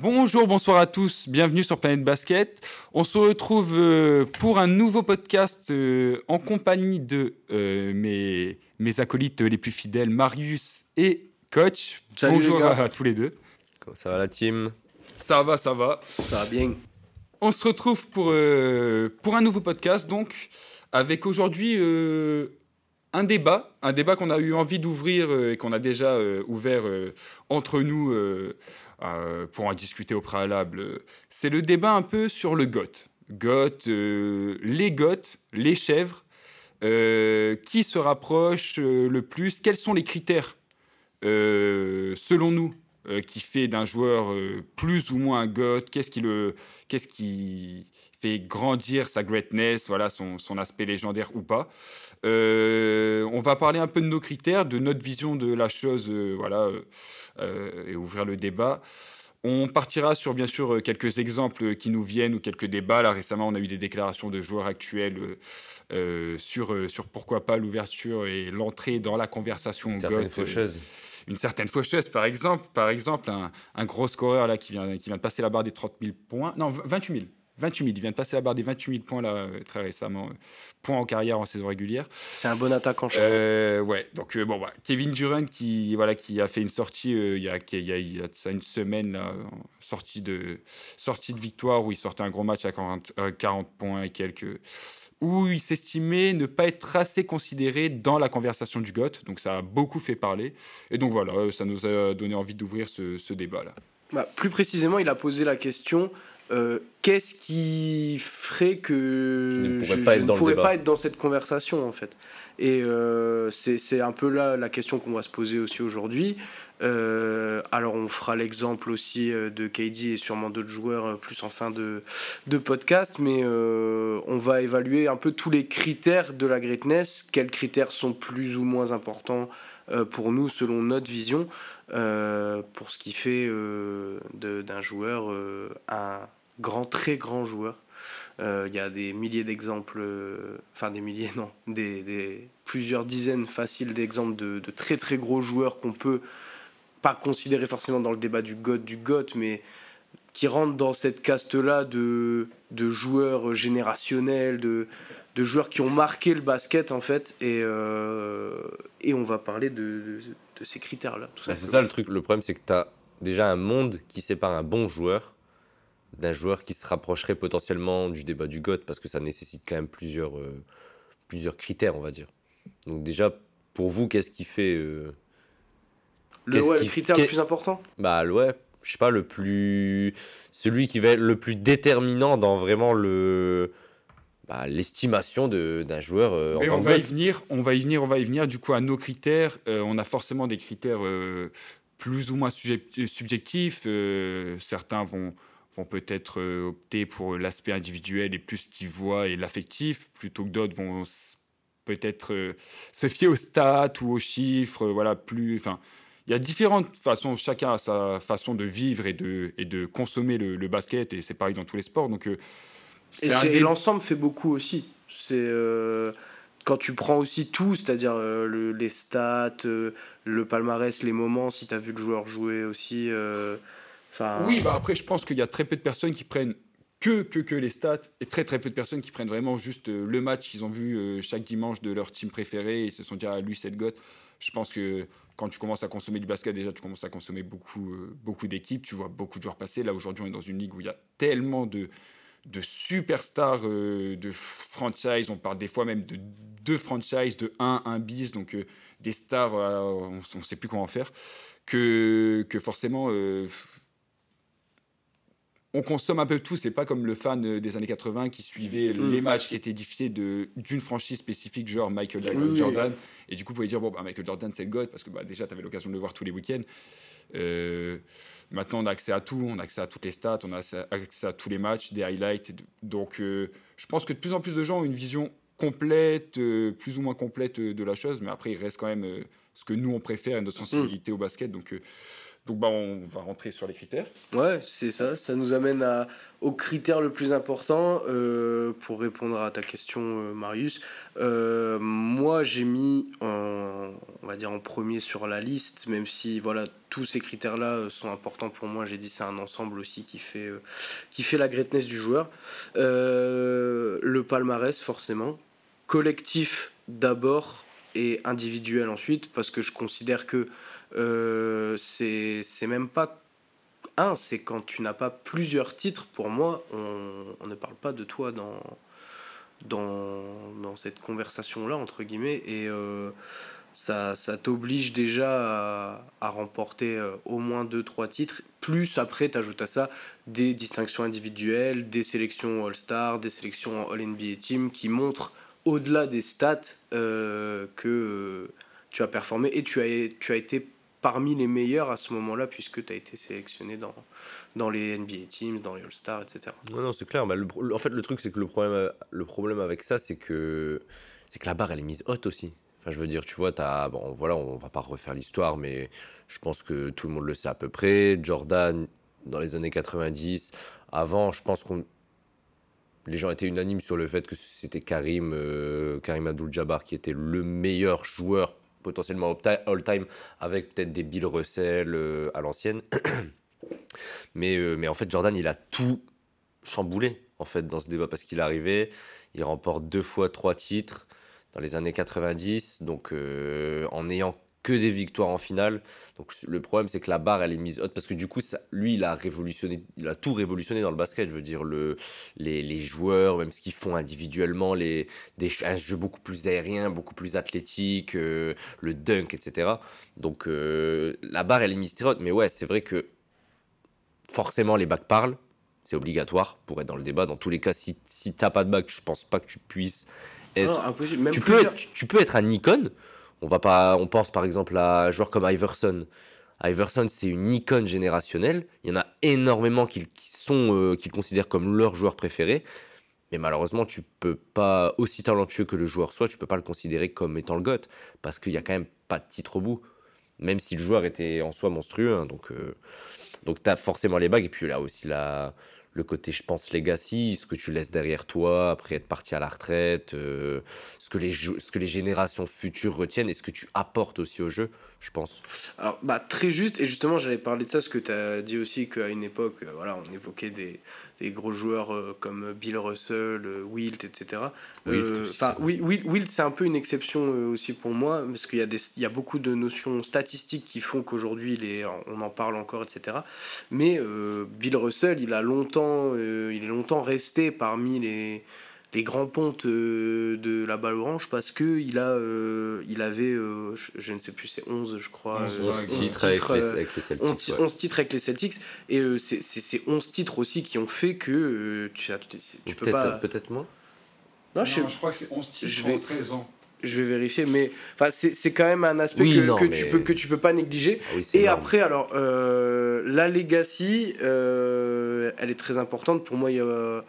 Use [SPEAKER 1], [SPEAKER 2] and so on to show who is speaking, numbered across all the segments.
[SPEAKER 1] Bonjour, bonsoir à tous, bienvenue sur Planète Basket. On se retrouve pour un nouveau podcast en compagnie de mes acolytes les plus fidèles, Marius et Coach.
[SPEAKER 2] Salut
[SPEAKER 1] Bonjour
[SPEAKER 2] les gars.
[SPEAKER 1] à tous les deux.
[SPEAKER 3] Ça va la team?
[SPEAKER 1] Ça va, ça va.
[SPEAKER 2] Ça va bien.
[SPEAKER 1] On se retrouve pour un nouveau podcast, donc, avec aujourd'hui un débat qu'on a eu envie d'ouvrir et qu'on a déjà ouvert entre nous pour en discuter au préalable. C'est le débat un peu sur le GOAT. Les GOAT, les chèvres, qui se rapprochent le plus? Quels sont les critères, selon nous, qui fait d'un joueur plus ou moins un GOAT? Qu'est-ce qui fait grandir sa greatness, voilà, son aspect légendaire ou pas? On va parler un peu de nos critères, de notre vision de la chose, et ouvrir le débat. On partira sur, bien sûr, quelques exemples qui nous viennent ou quelques débats. Là, récemment, on a eu des déclarations de joueurs actuels sur pourquoi pas l'ouverture et l'entrée dans la conversation
[SPEAKER 3] Certaines
[SPEAKER 1] GOAT.
[SPEAKER 3] faucheuses.
[SPEAKER 1] Une certaine faucheuse, par exemple un gros scoreur là, qui vient de passer la barre des 30 000 points. Non, 28 000. 28 000. Il vient de passer la barre des 28 000 points là, très récemment. Points en carrière en saison régulière.
[SPEAKER 2] C'est un bon attaquant, je crois.
[SPEAKER 1] Ouais, donc Kevin Durant qui a fait une sortie il y a de ça une semaine, là, sortie de victoire où il sortait un gros match à 40 points et quelques, où il s'estimait ne pas être assez considéré dans la conversation du GOAT. Donc ça a beaucoup fait parler. Et donc voilà, ça nous a donné envie d'ouvrir ce débat-là.
[SPEAKER 2] Plus précisément, il a posé la question qu'est-ce qui ferait que
[SPEAKER 3] Tu ne pourrais
[SPEAKER 2] je
[SPEAKER 3] pas être
[SPEAKER 2] ne
[SPEAKER 3] dans le
[SPEAKER 2] pourrais
[SPEAKER 3] débat.
[SPEAKER 2] pas être dans cette conversation, en fait. Et c'est un peu là la question qu'on va se poser aussi aujourd'hui. Alors, on fera l'exemple aussi de KD et sûrement d'autres joueurs plus en fin de podcast, mais on va évaluer un peu tous les critères de la greatness. Quels critères sont plus ou moins importants pour nous, selon notre vision, pour ce qui fait d'un joueur un très grand joueur. Il y a des milliers d'exemples, plusieurs dizaines faciles d'exemples de très très gros joueurs qu'on peut pas considérer forcément dans le débat du GOAT, mais qui rentrent dans cette caste-là de joueurs générationnels, de joueurs qui ont marqué le basket en fait, et on va parler de ces critères-là.
[SPEAKER 3] C'est ça le truc. Le problème, c'est que tu as déjà un monde qui sépare un bon joueur d'un joueur qui se rapprocherait potentiellement du débat du GOAT, parce que ça nécessite quand même plusieurs critères, on va dire. Donc déjà, pour vous, qu'est-ce qui fait...
[SPEAKER 2] le critère le plus important?
[SPEAKER 3] Bah ouais, je sais pas, celui qui va être le plus déterminant dans vraiment l'estimation d'un joueur en tant que GOAT.
[SPEAKER 1] On va y venir. Du coup, à nos critères, on a forcément des critères plus ou moins subjectifs. Certains vont peut-être opter pour l'aspect individuel et plus ce qu'ils voient et l'affectif, plutôt que d'autres vont peut-être se fier aux stats ou aux chiffres. Il y a différentes façons, chacun a sa façon de vivre et de consommer le basket, et c'est pareil dans tous les sports. Donc,
[SPEAKER 2] et l'ensemble fait beaucoup aussi. C'est quand tu prends aussi tout, c'est-à-dire les stats, le palmarès, les moments, si tu as vu le joueur jouer aussi.
[SPEAKER 1] Oui, après, je pense qu'il y a très peu de personnes qui prennent que les stats, et très très peu de personnes qui prennent vraiment juste le match qu'ils ont vu chaque dimanche de leur team préféré et se sont dit lui c'est le GOAT. Je pense que quand tu commences à consommer du basket, déjà tu commences à consommer beaucoup d'équipes, tu vois beaucoup de joueurs passer. Là aujourd'hui on est dans une ligue où il y a tellement de superstars, de franchise, on parle des fois même de 2 franchises, de un bis, donc des stars, on ne sait plus comment faire, que forcément on consomme un peu tout. C'est pas comme le fan des années 80 qui suivait les matchs qui étaient diffusés d'une franchise spécifique, genre Michael Jordan. Et du coup, vous pouvez dire, Michael Jordan, c'est le GOAT, parce que déjà, tu avais l'occasion de le voir tous les week-ends. Maintenant, on a accès à tout. On a accès à toutes les stats, on a accès à tous les matchs, des highlights. Donc, je pense que de plus en plus de gens ont une vision complète, plus ou moins complète de la chose. Mais après, il reste quand même ce que nous, on préfère et notre sensibilité au basket. Donc bah, on va rentrer sur les critères.
[SPEAKER 2] Ouais, c'est ça. Ça nous amène au critère le plus important pour répondre à ta question, Marius. Moi, j'ai mis, on va dire, en premier sur la liste, même si voilà, tous ces critères-là sont importants pour moi. J'ai dit c'est un ensemble aussi qui fait la greatness du joueur. Le palmarès, forcément. Collectif d'abord et individuel ensuite, parce que je considère que c'est même pas c'est quand tu n'as pas plusieurs titres. Pour moi, on ne parle pas de toi dans cette conversation-là, entre guillemets, et ça t'oblige déjà à remporter au moins 2-3 titres. Plus après, tu ajoutes à ça des distinctions individuelles, des sélections All-Star, des sélections All-NBA Team qui montrent au-delà des stats que tu as performé et tu as été parmi les meilleurs à ce moment-là puisque tu as été sélectionné dans les NBA Teams, dans les All-Stars, etc.
[SPEAKER 3] Non, c'est clair. Bah, en fait, le truc, c'est que le problème avec ça, c'est que la barre, elle est mise haute aussi. Enfin, je veux dire, tu vois, bon, voilà, on va pas refaire l'histoire, mais je pense que tout le monde le sait à peu près. Jordan, dans les années 90, avant, je pense que les gens étaient unanimes sur le fait que c'était Karim Abdul-Jabbar qui était le meilleur joueur potentiellement all-time, avec peut-être des Bill Russell à l'ancienne. Mais en fait, Jordan, il a tout chamboulé en fait dans ce débat parce qu'il est arrivé, il remporte 2 fois 3 titres dans les années 90, donc en ayant que des victoires en finale. Donc le problème, c'est que la barre, elle est mise haute parce que du coup, lui, il a tout révolutionné dans le basket. Je veux dire, les joueurs, même ce qu'ils font individuellement, un jeu beaucoup plus aérien, beaucoup plus athlétique, le dunk, etc. Donc la barre, elle est mise très haute. Mais ouais, c'est vrai que forcément, les bacs parlent. C'est obligatoire pour être dans le débat. Dans tous les cas, si t'as pas de bac, je pense pas que tu puisses être.
[SPEAKER 2] Non, impossible. Même
[SPEAKER 3] Tu peux être un icône. On pense par exemple à un joueur comme Iverson. Iverson, c'est une icône générationnelle. Il y en a énormément qui le considèrent comme leur joueur préféré. Mais malheureusement, tu peux pas, aussi talentueux que le joueur soit, tu peux pas le considérer comme étant le GOAT. Parce qu'il y a quand même pas de titre au bout. Même si le joueur était en soi monstrueux. Hein, donc tu as forcément les bagues. Et puis là aussi, le côté, je pense, legacy, ce que tu laisses derrière toi après être parti à la retraite, ce que les générations futures retiennent et ce que tu apportes aussi au jeu, je pense.
[SPEAKER 2] Alors, très juste, et justement, j'allais parler de ça, parce que tu as dit aussi qu'à une époque, voilà, on évoquait des gros joueurs comme Bill Russell, Wilt, etc. Wilt, c'est un peu une exception aussi pour moi, parce qu'il y a beaucoup de notions statistiques qui font qu'aujourd'hui, on en parle encore, etc. Mais Bill Russell, il est longtemps resté parmi les grands pontes de la balle orange parce que il avait je ne sais plus, c'est 11 je crois
[SPEAKER 3] 11 titres avec les Celtics,
[SPEAKER 2] 11 titres avec les Celtics et c'est 11 titres aussi qui ont fait que tu peux pas
[SPEAKER 3] peut-être moins.
[SPEAKER 1] Non, je crois que c'est 11 titres en 13 ans.
[SPEAKER 2] Je vais vérifier, mais c'est quand même un aspect que tu peux pas négliger.
[SPEAKER 3] Ah oui,
[SPEAKER 2] et
[SPEAKER 3] énorme.
[SPEAKER 2] après, alors, la legacy, elle est très importante. Pour moi, il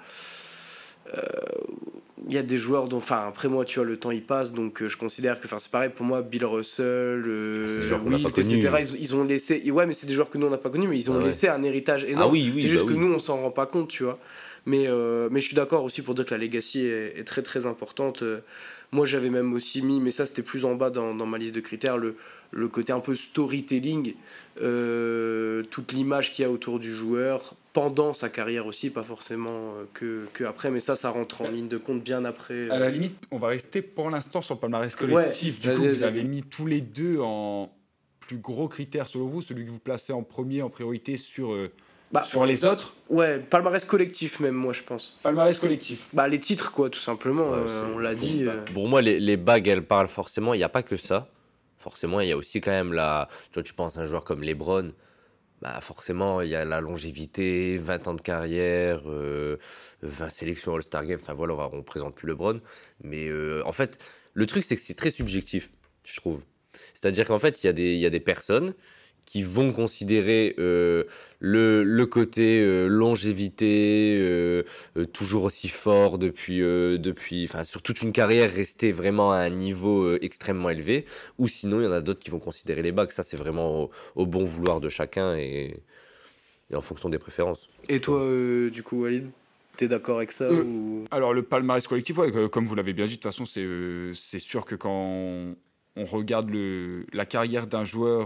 [SPEAKER 2] y a des joueurs dont, après moi, tu vois, le temps il passe, donc je considère que, c'est pareil pour moi, Bill Russell, Wilt, etc. Ils ont laissé, ouais, mais c'est des joueurs que nous on n'a pas connus, mais ils ont laissé un héritage énorme. C'est juste que nous on s'en rend pas compte, tu vois. Mais je suis d'accord aussi pour dire que la legacy est très très importante. Moi j'avais même aussi mis, mais ça c'était plus en bas dans ma liste de critères, le côté un peu storytelling, toute l'image qu'il y a autour du joueur pendant sa carrière aussi, pas forcément que après, mais ça rentre en ligne de compte bien après.
[SPEAKER 1] À la limite, on va rester pour l'instant sur le palmarès collectif. Du coup, vous avez mis tous les deux en plus gros critère selon vous, celui que vous placez en premier, en priorité sur les autres.
[SPEAKER 2] Ouais, palmarès collectif même, moi je pense.
[SPEAKER 1] Palmarès collectif.
[SPEAKER 2] Les titres quoi, tout simplement, on l'a dit.
[SPEAKER 3] Pour moi, les bagues, elles parlent forcément, il n'y a pas que ça. Forcément, il y a aussi quand même tu vois, tu penses à un joueur comme LeBron, forcément, il y a la longévité, 20 ans de carrière, 20 sélections All-Star Game, enfin voilà, on ne présente plus LeBron. Mais en fait, le truc, c'est que c'est très subjectif, je trouve. C'est-à-dire qu'en fait, il y a des personnes qui vont considérer le côté longévité, toujours aussi fort depuis sur toute une carrière, rester vraiment à un niveau extrêmement élevé, ou sinon il y en a d'autres qui vont considérer les bagues. Ça, c'est vraiment au bon vouloir de chacun et en fonction des préférences.
[SPEAKER 2] Et toi, du coup, Walid, t'es d'accord avec ça ou...
[SPEAKER 1] Alors, le palmarès collectif, ouais, comme vous l'avez bien dit, de toute façon, c'est sûr que quand on regarde la carrière d'un joueur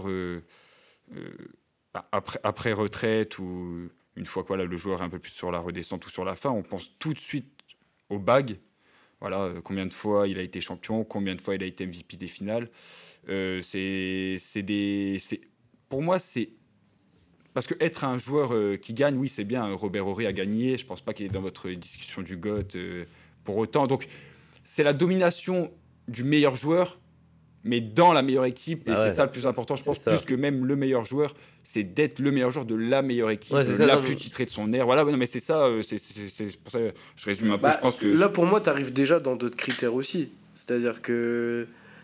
[SPEAKER 1] après retraite ou une fois que voilà, le joueur est un peu plus sur la redescente ou sur la fin, on pense tout de suite aux bagues. Voilà, combien de fois il a été champion, combien de fois il a été MVP des finales. Pour moi, c'est parce que être un joueur qui gagne, oui, c'est bien. Robert Horry a gagné. Je pense pas qu'il est dans votre discussion du GOAT pour autant. Donc, c'est la domination du meilleur joueur, mais dans la meilleure équipe. Et c'est ça le plus important, je pense, plus que même le meilleur joueur. C'est d'être le meilleur joueur de la meilleure équipe, la plus titrée de son ère. Voilà, non, mais c'est ça. C'est pour ça que je résume un peu. Je pense que
[SPEAKER 2] là, pour moi, tu arrives déjà dans d'autres critères aussi. C'est-à-dire que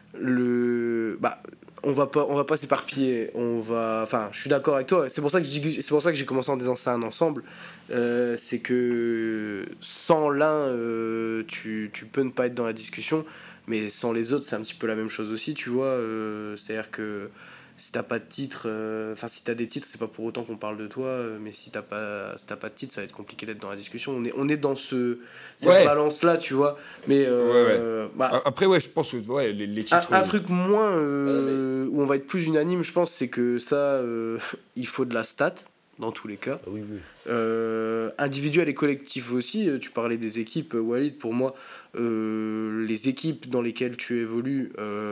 [SPEAKER 2] on va pas s'éparpiller. Enfin, je suis d'accord avec toi. C'est pour ça que j'ai commencé en disant ça un ensemble. C'est que sans l'un, tu peux ne pas être dans la discussion, mais sans les autres, c'est un petit peu la même chose aussi, tu vois. C'est-à-dire que si t'as pas de titre, si t'as des titres, c'est pas pour autant qu'on parle de toi, mais si t'as pas de titre, ça va être compliqué d'être dans la discussion. On est dans cette balance là, tu vois. Mais
[SPEAKER 1] après, je pense que les titres.
[SPEAKER 2] Un truc moins où on va être plus unanime, je pense, c'est que ça, il faut de la stat dans tous les cas.
[SPEAKER 3] Oui.
[SPEAKER 2] Individuel et collectif aussi. Tu parlais des équipes, Walid. Pour moi, les équipes dans lesquelles tu évolues.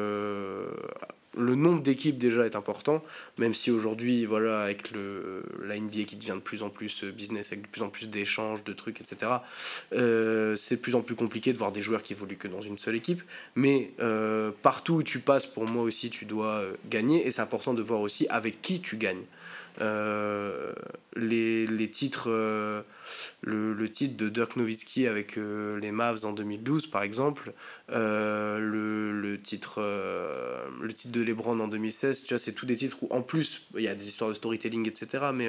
[SPEAKER 2] Le nombre d'équipes déjà est important, même si aujourd'hui, voilà, avec la NBA qui devient de plus en plus business, avec de plus en plus d'échanges, de trucs, etc., c'est de plus en plus compliqué de voir des joueurs qui évoluent que dans une seule équipe. Mais partout où tu passes, pour moi aussi, tu dois gagner, et c'est important de voir aussi avec qui tu gagnes. Les titres, le titre de Dirk Nowitzki avec les Mavs en 2012 par exemple, le titre de LeBron en 2016, tu vois, c'est tous des titres où en plus il y a des histoires de storytelling, etc., mais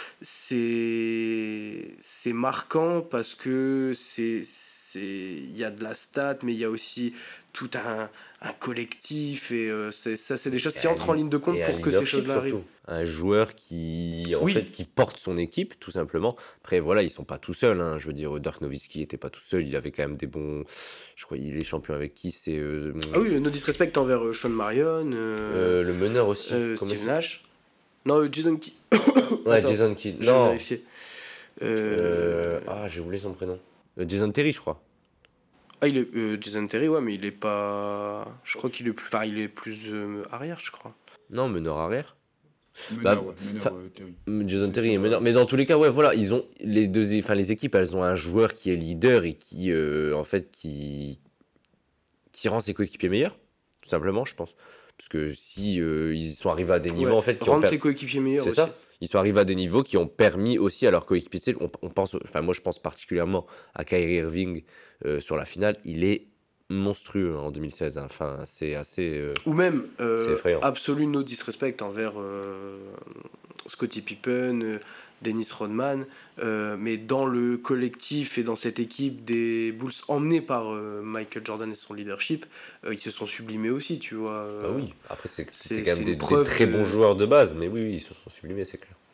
[SPEAKER 2] c'est marquant parce que il y a de la stat, mais il y a aussi tout un collectif, et c'est des choses qui entrent en ligne de compte pour que ces choses-là arrivent.
[SPEAKER 3] Un joueur qui porte son équipe, tout simplement. Après, voilà, ils sont pas tout seuls, hein. Je veux dire, Dirk Nowitzki était pas tout seul, il avait quand même des bons... Je crois qu'il est champion avec qui, c'est...
[SPEAKER 2] no disrespect envers Sean Marion.
[SPEAKER 3] Le meneur aussi.
[SPEAKER 2] Steve Nash. Non, Jason Kidd.
[SPEAKER 3] Jason Kidd.
[SPEAKER 2] Je vais vérifier.
[SPEAKER 3] J'ai oublié son prénom. Jason Terry, je crois.
[SPEAKER 2] Il est Jason Terry, ouais, mais il est pas... Je crois qu'il est plus... Enfin, il est plus arrière, je crois.
[SPEAKER 3] Non, meneur arrière.
[SPEAKER 1] Terry.
[SPEAKER 3] Jason Terry est meneur. Mais dans tous les cas, ouais, voilà, ils ont les équipes, elles ont un joueur qui est leader et qui rend ses coéquipiers meilleurs, tout simplement, je pense. Parce que si ils sont arrivés à des niveaux, en fait, qui
[SPEAKER 2] rendre ses coéquipiers meilleurs,
[SPEAKER 3] c'est
[SPEAKER 2] aussi.
[SPEAKER 3] Ça. Ils sont arrivés à des niveaux qui ont permis aussi à leurs coéquipiers. Moi, je pense particulièrement à Kyrie Irving sur la finale. Il est monstrueux en 2016. Hein. Enfin, c'est assez.
[SPEAKER 2] Ou même
[SPEAKER 3] c'est
[SPEAKER 2] absolu no disrespect envers Scottie Pippen, Dennis Rodman, mais dans le collectif et dans cette équipe des Bulls emmenée par Michael Jordan et son leadership, ils se sont sublimés aussi, tu vois.
[SPEAKER 3] Oui, après c'était quand même des très bons joueurs de base, mais oui, ils se sont sublimés, c'est clair.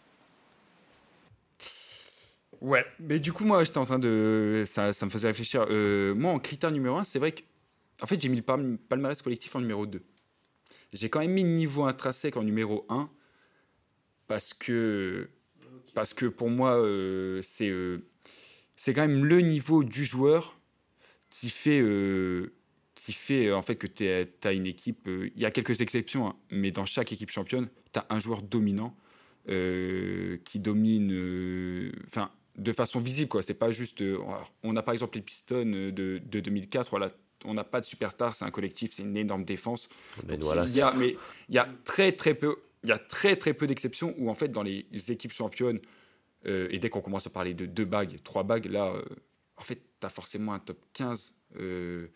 [SPEAKER 1] Ouais, mais du coup, moi, j'étais en train de... Ça me faisait réfléchir. Moi, en critère numéro 1, c'est vrai que... En fait, j'ai mis le palmarès collectif en numéro 2. J'ai quand même mis le niveau intrinsèque en numéro 1 parce que pour moi, c'est quand même le niveau du joueur qui fait en fait que tu as une équipe... Il y a quelques exceptions, hein, mais dans chaque équipe championne, tu as un joueur dominant qui domine... de façon visible, quoi. C'est pas juste... on a par exemple les Pistons de 2004, voilà, on n'a pas de superstar, c'est un collectif, c'est une énorme défense.
[SPEAKER 3] Mais
[SPEAKER 1] il y a très très peu d'exceptions où en fait dans les équipes championnes, et dès qu'on commence à parler de 2 bagues, 3 bagues, là, en fait, tu as forcément un top 15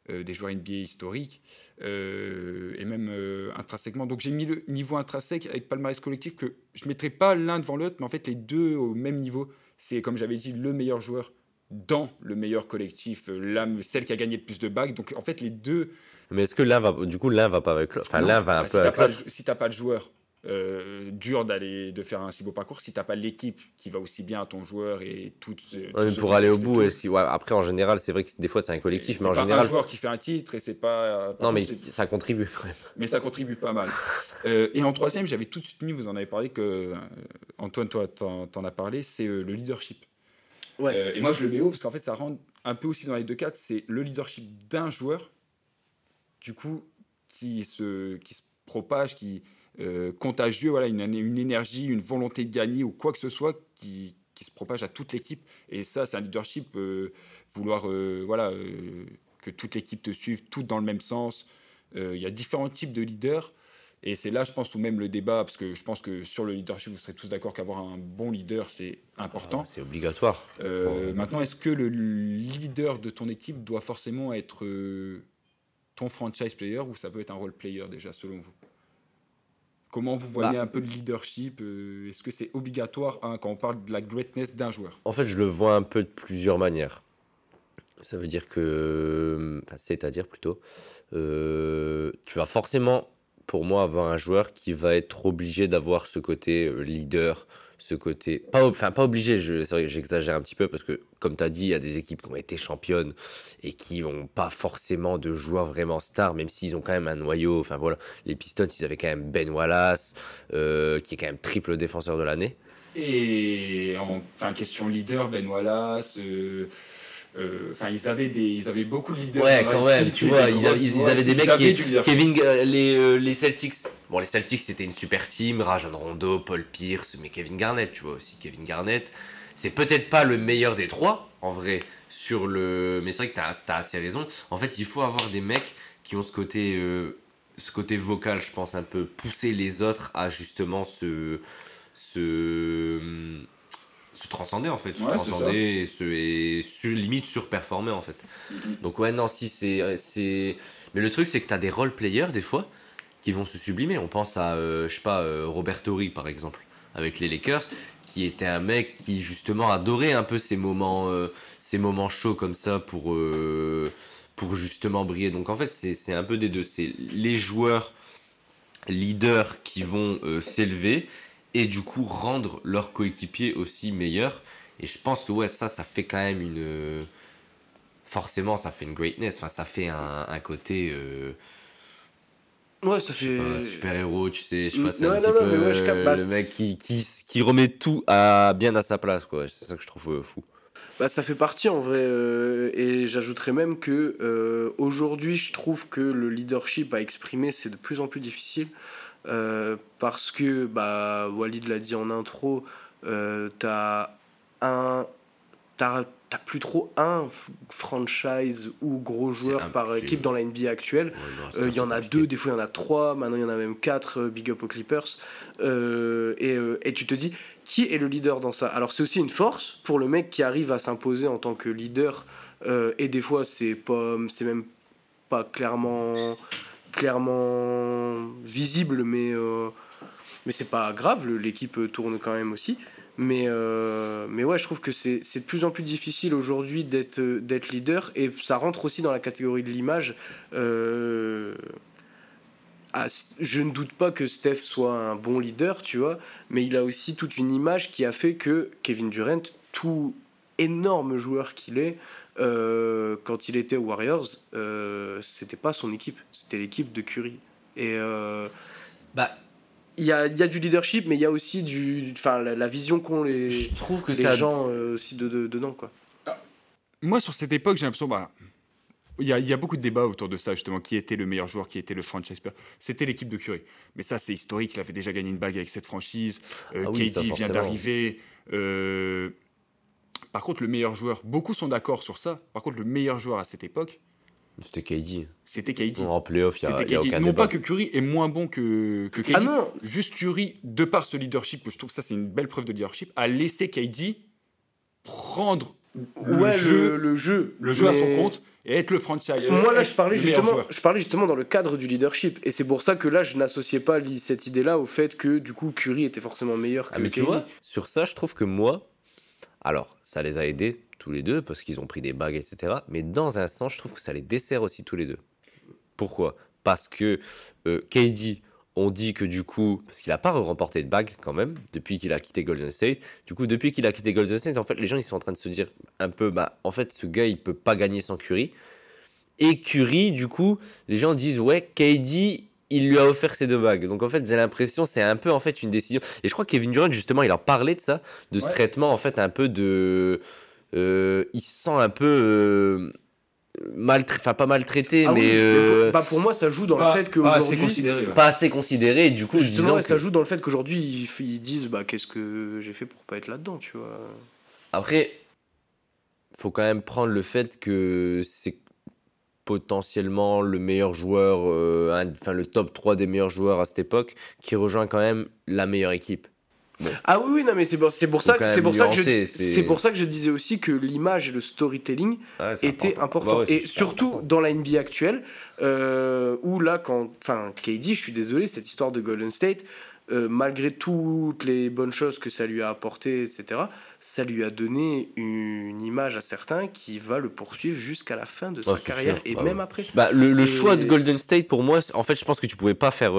[SPEAKER 1] des joueurs NBA historiques, et même intrinsèquement. Donc j'ai mis le niveau intrinsèque avec palmarès collectif que je ne mettrai pas l'un devant l'autre, mais en fait les deux au même niveau. C'est, comme j'avais dit, le meilleur joueur dans le meilleur collectif, celle qui a gagné le plus de bagues. Donc en fait les deux...
[SPEAKER 3] Mais est-ce que l'un va pas avec l'autre? Enfin,
[SPEAKER 1] Non,
[SPEAKER 3] l'un va un
[SPEAKER 1] si
[SPEAKER 3] peu
[SPEAKER 1] t'as
[SPEAKER 3] avec
[SPEAKER 1] pas
[SPEAKER 3] l'autre.
[SPEAKER 1] si t'as pas le joueur, dur de faire un si beau parcours. Si t'as pas l'équipe qui va aussi bien à ton joueur et tout
[SPEAKER 3] Ouais, mais
[SPEAKER 1] ce
[SPEAKER 3] pour aller au
[SPEAKER 1] contexte
[SPEAKER 3] bout,
[SPEAKER 1] autour,
[SPEAKER 3] ouais, après, en général, c'est vrai que des fois, c'est un collectif,
[SPEAKER 1] c'est
[SPEAKER 3] mais en
[SPEAKER 1] pas un
[SPEAKER 3] général,
[SPEAKER 1] joueur qui fait un titre et c'est pas. Par
[SPEAKER 3] non, mais
[SPEAKER 1] contre,
[SPEAKER 3] ça contribue quand même.
[SPEAKER 1] mais ça contribue pas mal. Et en troisième, j'avais tout de suite mis, vous en avez parlé, que Antoine, toi, t'en as parlé, c'est le leadership.
[SPEAKER 2] Ouais.
[SPEAKER 1] Et moi, je le mets haut parce qu'en fait, ça rentre un peu aussi dans les deux cas. C'est le leadership d'un joueur, du coup, qui se propage, qui contagieux, voilà, une énergie, une volonté de gagner ou quoi que ce soit qui se propage à toute l'équipe. Et ça, c'est un leadership, vouloir voilà, que toute l'équipe te suive, toutes dans le même sens. Il y a différents types de leaders. Et c'est là, je pense, où même le débat, parce que je pense que sur le leadership, vous serez tous d'accord qu'avoir un bon leader, c'est important.
[SPEAKER 3] C'est obligatoire.
[SPEAKER 1] Maintenant, est-ce que le leader de ton équipe doit forcément être ton franchise player ou ça peut être un role player déjà, selon vous? Comment vous voyez un peu le leadership? Est-ce que c'est obligatoire quand on parle de la greatness d'un joueur?
[SPEAKER 3] En fait, je le vois un peu de plusieurs manières. Ça veut dire que, enfin, c'est-à-dire plutôt, tu vas forcément, pour moi, avoir un joueur qui va être obligé d'avoir ce côté leader, ce côté, pas obligé, c'est vrai que j'exagère un petit peu parce que, comme tu as dit, il y a des équipes qui ont été championnes et qui n'ont pas forcément de joueurs vraiment stars, même s'ils ont quand même un noyau. Enfin voilà, les Pistons, ils avaient quand même Ben Wallace, qui est quand même triple défenseur de l'année.
[SPEAKER 1] Et question leader, Ben Wallace, ils avaient beaucoup de leaders.
[SPEAKER 3] Ouais,
[SPEAKER 1] dans
[SPEAKER 3] quand
[SPEAKER 1] leur
[SPEAKER 3] même,
[SPEAKER 1] équipe,
[SPEAKER 3] tu
[SPEAKER 1] et
[SPEAKER 3] vois,
[SPEAKER 1] des grosses
[SPEAKER 3] ils
[SPEAKER 1] voix,
[SPEAKER 3] avaient des
[SPEAKER 1] ils
[SPEAKER 3] mecs
[SPEAKER 1] avaient du leadership.
[SPEAKER 3] les Celtics. Bon, les Celtics, c'était une super team, Rajon Rondo, Paul Pierce, mais Kevin Garnett, tu vois aussi. Kevin Garnett, c'est peut-être pas le meilleur des trois, en vrai, mais c'est vrai que t'as assez raison. En fait, il faut avoir des mecs qui ont ce côté vocal, je pense, un peu pousser les autres à justement se transcender en fait,
[SPEAKER 1] Ouais, c'est ça.
[SPEAKER 3] limite surperformer en fait.
[SPEAKER 1] Mhm.
[SPEAKER 3] Donc ouais, non, si mais le truc c'est que t'as des role players des fois qui vont se sublimer. On pense à je sais pas, Robert Horry par exemple avec les Lakers, qui était un mec qui justement adorait un peu ces moments chauds comme ça pour justement briller. Donc en fait c'est un peu des deux, c'est les joueurs leaders qui vont s'élever et du coup rendre leurs coéquipiers aussi meilleurs. Et je pense que ouais, ça fait quand même forcément, ça fait une greatness. Enfin, ça fait un côté,
[SPEAKER 2] Ouais, ça
[SPEAKER 3] je sais pas,
[SPEAKER 2] fait.
[SPEAKER 3] super-héros, tu sais. Je sais pas, c'est un
[SPEAKER 2] Ouais,
[SPEAKER 3] petit
[SPEAKER 2] non,
[SPEAKER 3] peu
[SPEAKER 2] non, mais ouais, je capte.
[SPEAKER 3] le mec qui remet tout bien à sa place, quoi. C'est ça que je trouve fou.
[SPEAKER 2] Ça fait partie en vrai, et j'ajouterais même que aujourd'hui, je trouve que le leadership à exprimer, c'est de plus en plus difficile. Parce que, Walid l'a dit en intro, t'as un, t'as plus trop un franchise ou gros joueur par équipe dans la NBA actuelle. Il y en a deux, des fois il y en a trois, maintenant il y en a même quatre, big up aux Clippers. Et tu te dis, qui est le leader dans ça? Alors c'est aussi une force pour le mec qui arrive à s'imposer en tant que leader, et des fois c'est même pas clairement visible, mais c'est pas grave, l'équipe tourne quand même aussi. Mais ouais, je trouve que c'est de plus en plus difficile aujourd'hui d'être leader, et ça rentre aussi dans la catégorie de l'image. Je ne doute pas que Steph soit un bon leader, tu vois, mais il a aussi toute une image qui a fait que Kevin Durant, tout énorme joueur qu'il est, quand il était aux Warriors, c'était pas son équipe, c'était l'équipe de Curry. Et il y a du leadership, mais il y a aussi la vision qu'ont
[SPEAKER 3] Je trouve que
[SPEAKER 2] les gens aussi dedans, quoi.
[SPEAKER 1] Moi, sur cette époque, j'ai l'impression, il y a beaucoup de débats autour de ça, justement. Qui était le meilleur joueur, qui était le franchise player? C'était l'équipe de Curry. Mais ça, c'est historique. Il avait déjà gagné une bague avec cette franchise.
[SPEAKER 3] Ah oui, ça,
[SPEAKER 1] KD vient
[SPEAKER 3] forcément.
[SPEAKER 1] d'arriver. Par contre, le meilleur joueur, beaucoup sont d'accord sur ça. Par contre, le meilleur joueur à cette époque,
[SPEAKER 3] C'était KD.
[SPEAKER 1] c'était KD.
[SPEAKER 3] En playoff, il
[SPEAKER 1] C'était
[SPEAKER 3] y a
[SPEAKER 1] KD.
[SPEAKER 3] aucun
[SPEAKER 1] Non
[SPEAKER 3] débat.
[SPEAKER 1] pas que Curry est moins bon que KD.
[SPEAKER 2] Ah non.
[SPEAKER 1] Juste Curry, de par ce leadership, je trouve ça c'est une belle preuve de leadership, a laissé KD prendre
[SPEAKER 2] Ouais, le jeu.
[SPEAKER 1] Le jeu à son
[SPEAKER 2] Mais-
[SPEAKER 1] compte et être le franchise.
[SPEAKER 2] Moi là
[SPEAKER 1] être
[SPEAKER 2] je parlais,
[SPEAKER 1] le meilleur joueur.
[SPEAKER 2] justement dans le cadre du leadership et c'est pour ça que là je n'associais pas cette idée là au fait que du coup Curry était forcément meilleur que
[SPEAKER 3] Ah, mais tu
[SPEAKER 2] KD.
[SPEAKER 3] vois, sur ça, je trouve que moi, alors, ça les a aidés tous les deux parce qu'ils ont pris des bagues, etc. Mais dans un sens, je trouve que ça les dessert aussi tous les deux. Pourquoi? Parce que KD, on dit que du coup, parce qu'il n'a pas remporté de bague quand même, depuis qu'il a quitté Golden State. Du coup, depuis qu'il a quitté Golden State, en fait, les gens ils sont en train de se dire un peu, bah, en fait, ce gars, il peut pas gagner sans Curry. Et Curry, du coup, les gens disent, ouais, KD, il lui a offert ces 2 bagues. Donc, en fait, j'ai l'impression, c'est un peu, en fait, une décision. Et je crois que Kevin Durant, justement, il en parlait de ça, de ce
[SPEAKER 1] Ouais.
[SPEAKER 3] traitement, en fait, un peu de... il se sent un peu... enfin, pas maltraité,
[SPEAKER 2] Ah oui,
[SPEAKER 3] mais
[SPEAKER 2] pour moi ça joue dans le fait
[SPEAKER 1] c'est
[SPEAKER 2] qu'aujourd'hui
[SPEAKER 1] considéré. Ouais.
[SPEAKER 3] pas assez considéré. Et du coup,
[SPEAKER 2] justement
[SPEAKER 3] disant
[SPEAKER 2] ouais, ça
[SPEAKER 3] que...
[SPEAKER 2] joue dans le fait qu'aujourd'hui ils disent bah qu'est-ce que j'ai fait pour pas être là-dedans, tu vois.
[SPEAKER 3] Après, faut quand même prendre le fait que c'est potentiellement le meilleur joueur, enfin le top 3 des meilleurs joueurs à cette époque, qui rejoint quand même la meilleure équipe.
[SPEAKER 2] Ah oui, non mais c'est pour ça
[SPEAKER 3] quand
[SPEAKER 2] que
[SPEAKER 3] même nuancer,
[SPEAKER 2] c'est pour ça que je disais aussi que l'image et le storytelling
[SPEAKER 3] Ouais, c'est
[SPEAKER 2] était important.
[SPEAKER 3] Bah ouais, c'est
[SPEAKER 2] Et
[SPEAKER 3] super
[SPEAKER 2] surtout
[SPEAKER 3] important.
[SPEAKER 2] dans la NBA actuelle, où là, KD, je suis désolé, cette histoire de Golden State, malgré toutes les bonnes choses que ça lui a apporté, etc., ça lui a donné une image à certains qui va le poursuivre jusqu'à la fin de sa
[SPEAKER 3] Ouais, c'est
[SPEAKER 2] carrière
[SPEAKER 3] sûr.
[SPEAKER 2] et
[SPEAKER 3] Bah
[SPEAKER 2] même
[SPEAKER 3] ouais.
[SPEAKER 2] après.
[SPEAKER 3] Bah, le
[SPEAKER 2] Et-
[SPEAKER 3] choix de Golden State, pour moi, en fait, je pense que tu pouvais pas faire.